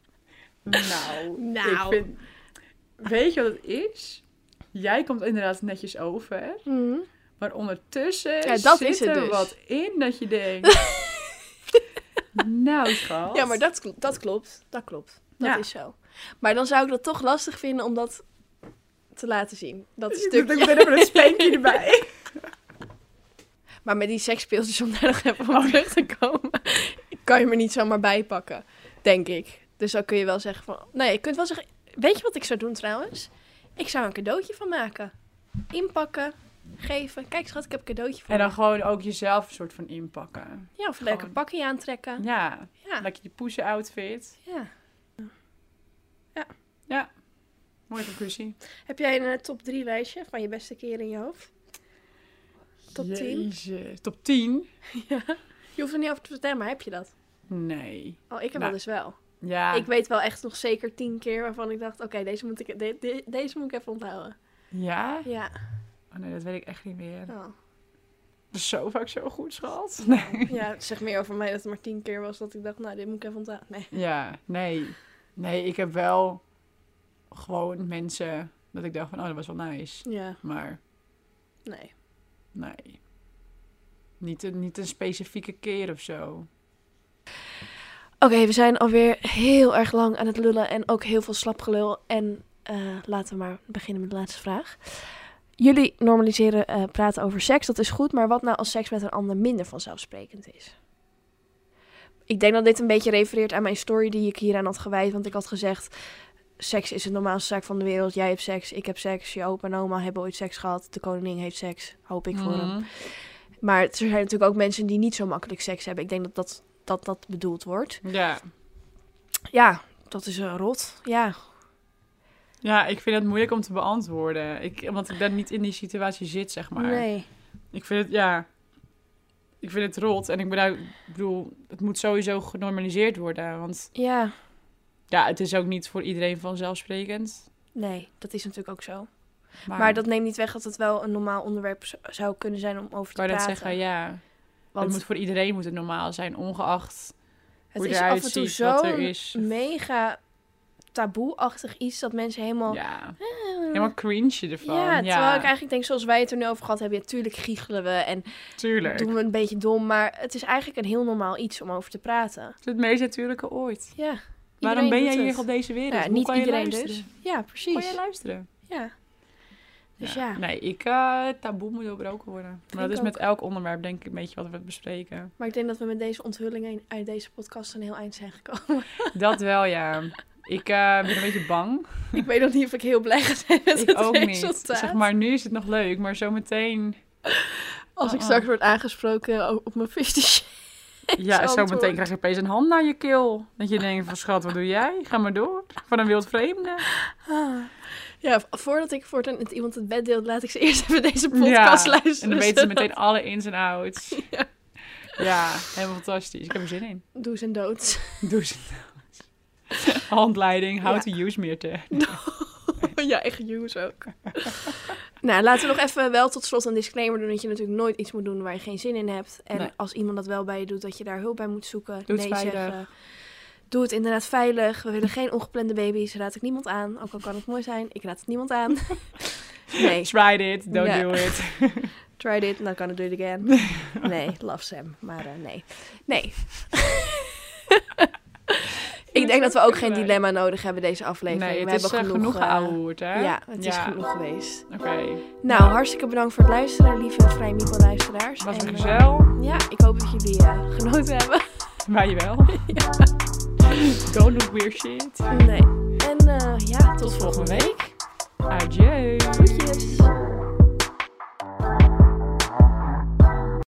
[SPEAKER 3] Nou,
[SPEAKER 2] Nou.
[SPEAKER 3] ik vind... Weet je wat het is? Jij komt inderdaad netjes over,
[SPEAKER 2] Mhm.
[SPEAKER 3] maar ondertussen
[SPEAKER 2] Ja, dat
[SPEAKER 3] zit
[SPEAKER 2] is het
[SPEAKER 3] er
[SPEAKER 2] dus.
[SPEAKER 3] wat in dat je denkt... nou, schat.
[SPEAKER 2] Ja, maar dat, kl- dat klopt. Dat klopt. Dat
[SPEAKER 3] Ja.
[SPEAKER 2] is zo. Maar dan zou ik dat toch lastig vinden om dat te laten zien. Dat
[SPEAKER 3] Ik
[SPEAKER 2] stukje.
[SPEAKER 3] ben even een spenkje erbij.
[SPEAKER 2] Maar met die seksspeeltjes, om daar nog even op terug te komen, kan je me niet zomaar bijpakken, denk ik. Dus dan kun je wel zeggen van... Nee, je kunt wel zeggen... Weet je wat ik zou doen trouwens? Ik zou een cadeautje van maken. Inpakken. Geven. Kijk schat, ik heb een cadeautje voor
[SPEAKER 3] En dan
[SPEAKER 2] je.
[SPEAKER 3] gewoon ook jezelf een soort van inpakken.
[SPEAKER 2] Ja, of een lekker
[SPEAKER 3] gewoon-
[SPEAKER 2] pakje aantrekken.
[SPEAKER 3] Ja,
[SPEAKER 2] Ja.
[SPEAKER 3] lekker die poesen outfit.
[SPEAKER 2] Ja.
[SPEAKER 3] Mooie conclusie.
[SPEAKER 2] Heb jij een eh, top drie lijstje van je beste keren in je hoofd? Top tien?
[SPEAKER 3] Jezus. Top tien?
[SPEAKER 2] Ja. Je hoeft er niet over te vertellen, maar heb je dat?
[SPEAKER 3] Nee.
[SPEAKER 2] Oh, ik heb
[SPEAKER 3] Nou.
[SPEAKER 2] dat dus wel.
[SPEAKER 3] Ja.
[SPEAKER 2] Ik weet wel echt nog zeker tien keer waarvan ik dacht, oké, deze moet ik de- de- deze moet ik even onthouden.
[SPEAKER 3] Ja?
[SPEAKER 2] Ja.
[SPEAKER 3] Oh nee, dat weet ik echt niet meer.
[SPEAKER 2] Oh.
[SPEAKER 3] Dat is zo vaak zo goed, schat. Nee.
[SPEAKER 2] Ja, het zegt meer over mij dat het maar tien keer was dat ik dacht, nou, dit moet ik even onthouden. Nee.
[SPEAKER 3] Ja, nee. Nee, ik heb wel gewoon mensen dat ik dacht van, oh, dat was wel nice.
[SPEAKER 2] Ja,
[SPEAKER 3] Maar
[SPEAKER 2] nee.
[SPEAKER 3] nee. Niet een, niet een specifieke keer of zo.
[SPEAKER 2] Oké, we zijn alweer heel erg lang aan het lullen en ook heel veel slapgelul. En eh, laten we maar beginnen met de laatste vraag. Jullie normaliseren eh, praten over seks, dat is goed. Maar wat nou als seks met een ander minder vanzelfsprekend is? Ik denk dat dit een beetje refereert aan mijn story die ik hieraan had gewijd. Want ik had gezegd, seks is de normaalste zaak van de wereld. Jij hebt seks, ik heb seks, je opa en oma hebben ooit seks gehad. De koningin heeft seks, hoop ik voor hem.
[SPEAKER 3] Mhm.
[SPEAKER 2] Maar er zijn natuurlijk ook mensen die niet zo makkelijk seks hebben. Ik denk dat dat, dat, dat bedoeld wordt.
[SPEAKER 3] Ja.
[SPEAKER 2] Ja, dat is uh, rot. Ja.
[SPEAKER 3] Ja, ik vind het moeilijk om te beantwoorden. Ik, want ik dan niet in die situatie zit, zeg maar.
[SPEAKER 2] Nee.
[SPEAKER 3] Ik vind het, ja... Ik vind het rot. En ik bedoel, ik bedoel, het moet sowieso genormaliseerd worden. Want
[SPEAKER 2] Ja.
[SPEAKER 3] ja, het is ook niet voor iedereen vanzelfsprekend.
[SPEAKER 2] Nee, dat is natuurlijk ook zo.
[SPEAKER 3] Maar,
[SPEAKER 2] Maar dat neemt niet weg dat het wel een normaal onderwerp z- zou kunnen zijn om over te
[SPEAKER 3] kan je dat
[SPEAKER 2] praten.
[SPEAKER 3] zeggen? Ja.
[SPEAKER 2] Want
[SPEAKER 3] het moet voor iedereen moet het normaal zijn, ongeacht
[SPEAKER 2] het
[SPEAKER 3] hoe je
[SPEAKER 2] is
[SPEAKER 3] eruit
[SPEAKER 2] af en toe
[SPEAKER 3] ziet, wat er
[SPEAKER 2] zo'n
[SPEAKER 3] is.
[SPEAKER 2] mega taboe-achtig iets dat mensen helemaal...
[SPEAKER 3] Ja,
[SPEAKER 2] eh,
[SPEAKER 3] helemaal cringe ervan.
[SPEAKER 2] ja,
[SPEAKER 3] Ja,
[SPEAKER 2] terwijl ik eigenlijk denk, zoals wij het er nu over gehad hebben, ja, tuurlijk giechelen we en
[SPEAKER 3] tuurlijk.
[SPEAKER 2] doen we een beetje dom, maar het is eigenlijk een heel normaal iets om over te praten.
[SPEAKER 3] Het is het meest natuurlijke ooit.
[SPEAKER 2] Ja.
[SPEAKER 3] Waarom
[SPEAKER 2] iedereen
[SPEAKER 3] ben
[SPEAKER 2] doet
[SPEAKER 3] jij hier
[SPEAKER 2] het.
[SPEAKER 3] op deze wereld?
[SPEAKER 2] Ja,
[SPEAKER 3] Hoe
[SPEAKER 2] niet
[SPEAKER 3] kan je
[SPEAKER 2] iedereen
[SPEAKER 3] luisteren?
[SPEAKER 2] dus. Ja,
[SPEAKER 3] Kan
[SPEAKER 2] precies.
[SPEAKER 3] je luisteren?
[SPEAKER 2] Ja. Dus ja.
[SPEAKER 3] Nee, ik, uh, taboe moet doorbroken worden. Maar
[SPEAKER 2] Vind
[SPEAKER 3] dat
[SPEAKER 2] ik
[SPEAKER 3] is met
[SPEAKER 2] ook.
[SPEAKER 3] elk onderwerp denk ik een beetje wat we bespreken.
[SPEAKER 2] Maar ik denk dat we met deze onthullingen uit deze podcast een heel eind zijn gekomen.
[SPEAKER 3] Dat wel, ja. Ik uh, ben een beetje bang.
[SPEAKER 2] Ik weet nog niet of ik heel blij ga zijn met
[SPEAKER 3] Ik
[SPEAKER 2] het
[SPEAKER 3] ook
[SPEAKER 2] resultaat.
[SPEAKER 3] niet. Zeg maar, nu is het nog leuk, maar zometeen...
[SPEAKER 2] Als ik
[SPEAKER 3] Uh-uh.
[SPEAKER 2] straks word aangesproken o- op mijn fifty shades
[SPEAKER 3] Ja,
[SPEAKER 2] antwoord.
[SPEAKER 3] zometeen krijg je opeens een hand naar je keel. Dat je denkt van, schat, wat doe jij? Ga maar door. Van een wildvreemde.
[SPEAKER 2] Ah. Ja, v- voordat ik voortaan met iemand het bed deel, laat ik ze eerst even deze podcast
[SPEAKER 3] Ja,
[SPEAKER 2] luisteren.
[SPEAKER 3] en dan weten ze
[SPEAKER 2] zodat-
[SPEAKER 3] meteen alle ins en outs.
[SPEAKER 2] Ja.
[SPEAKER 3] Ja, helemaal fantastisch. Ik heb er zin in.
[SPEAKER 2] Do's en don'ts.
[SPEAKER 3] Doe ze. Handleiding, how
[SPEAKER 2] Ja.
[SPEAKER 3] to use Meerte.
[SPEAKER 2] Ja, echt use ook. Nou, laten we nog even wel tot slot een disclaimer doen dat je natuurlijk nooit iets moet doen waar je geen zin in hebt. En
[SPEAKER 3] Nee.
[SPEAKER 2] als iemand dat wel bij je doet, dat je daar hulp bij moet zoeken.
[SPEAKER 3] Doe het
[SPEAKER 2] nee
[SPEAKER 3] veilig.
[SPEAKER 2] zeggen. Doe het inderdaad veilig. We willen geen ongeplande baby's. Raad ik niemand aan. Ook al kan het mooi zijn. Ik raad het niemand aan. Nee,
[SPEAKER 3] Try it, don't
[SPEAKER 2] Ja.
[SPEAKER 3] do it.
[SPEAKER 2] try dit, not gonna do it again. Nee, love Sam. Maar uh, nee. Nee. Ik denk dat we ook geen dilemma nodig hebben deze aflevering.
[SPEAKER 3] Nee,
[SPEAKER 2] we
[SPEAKER 3] het is
[SPEAKER 2] hebben
[SPEAKER 3] uh,
[SPEAKER 2] genoeg,
[SPEAKER 3] genoeg
[SPEAKER 2] eh,
[SPEAKER 3] geouwehoerd, hè?
[SPEAKER 2] Ja, het is
[SPEAKER 3] Ja.
[SPEAKER 2] genoeg geweest.
[SPEAKER 3] Oké,
[SPEAKER 2] Nou, hartstikke bedankt voor het luisteren, lieve Vrij Miepel luisteraars.
[SPEAKER 3] was
[SPEAKER 2] En,
[SPEAKER 3] een
[SPEAKER 2] eh,
[SPEAKER 3] gezel.
[SPEAKER 2] ja, ik hoop dat jullie eh, genoten hebben.
[SPEAKER 3] Wij wel.
[SPEAKER 2] Ja.
[SPEAKER 3] Don't do weird shit.
[SPEAKER 2] Nee. En eh, ja, tot,
[SPEAKER 3] Tot volgende
[SPEAKER 2] volgende
[SPEAKER 3] week. Adieu.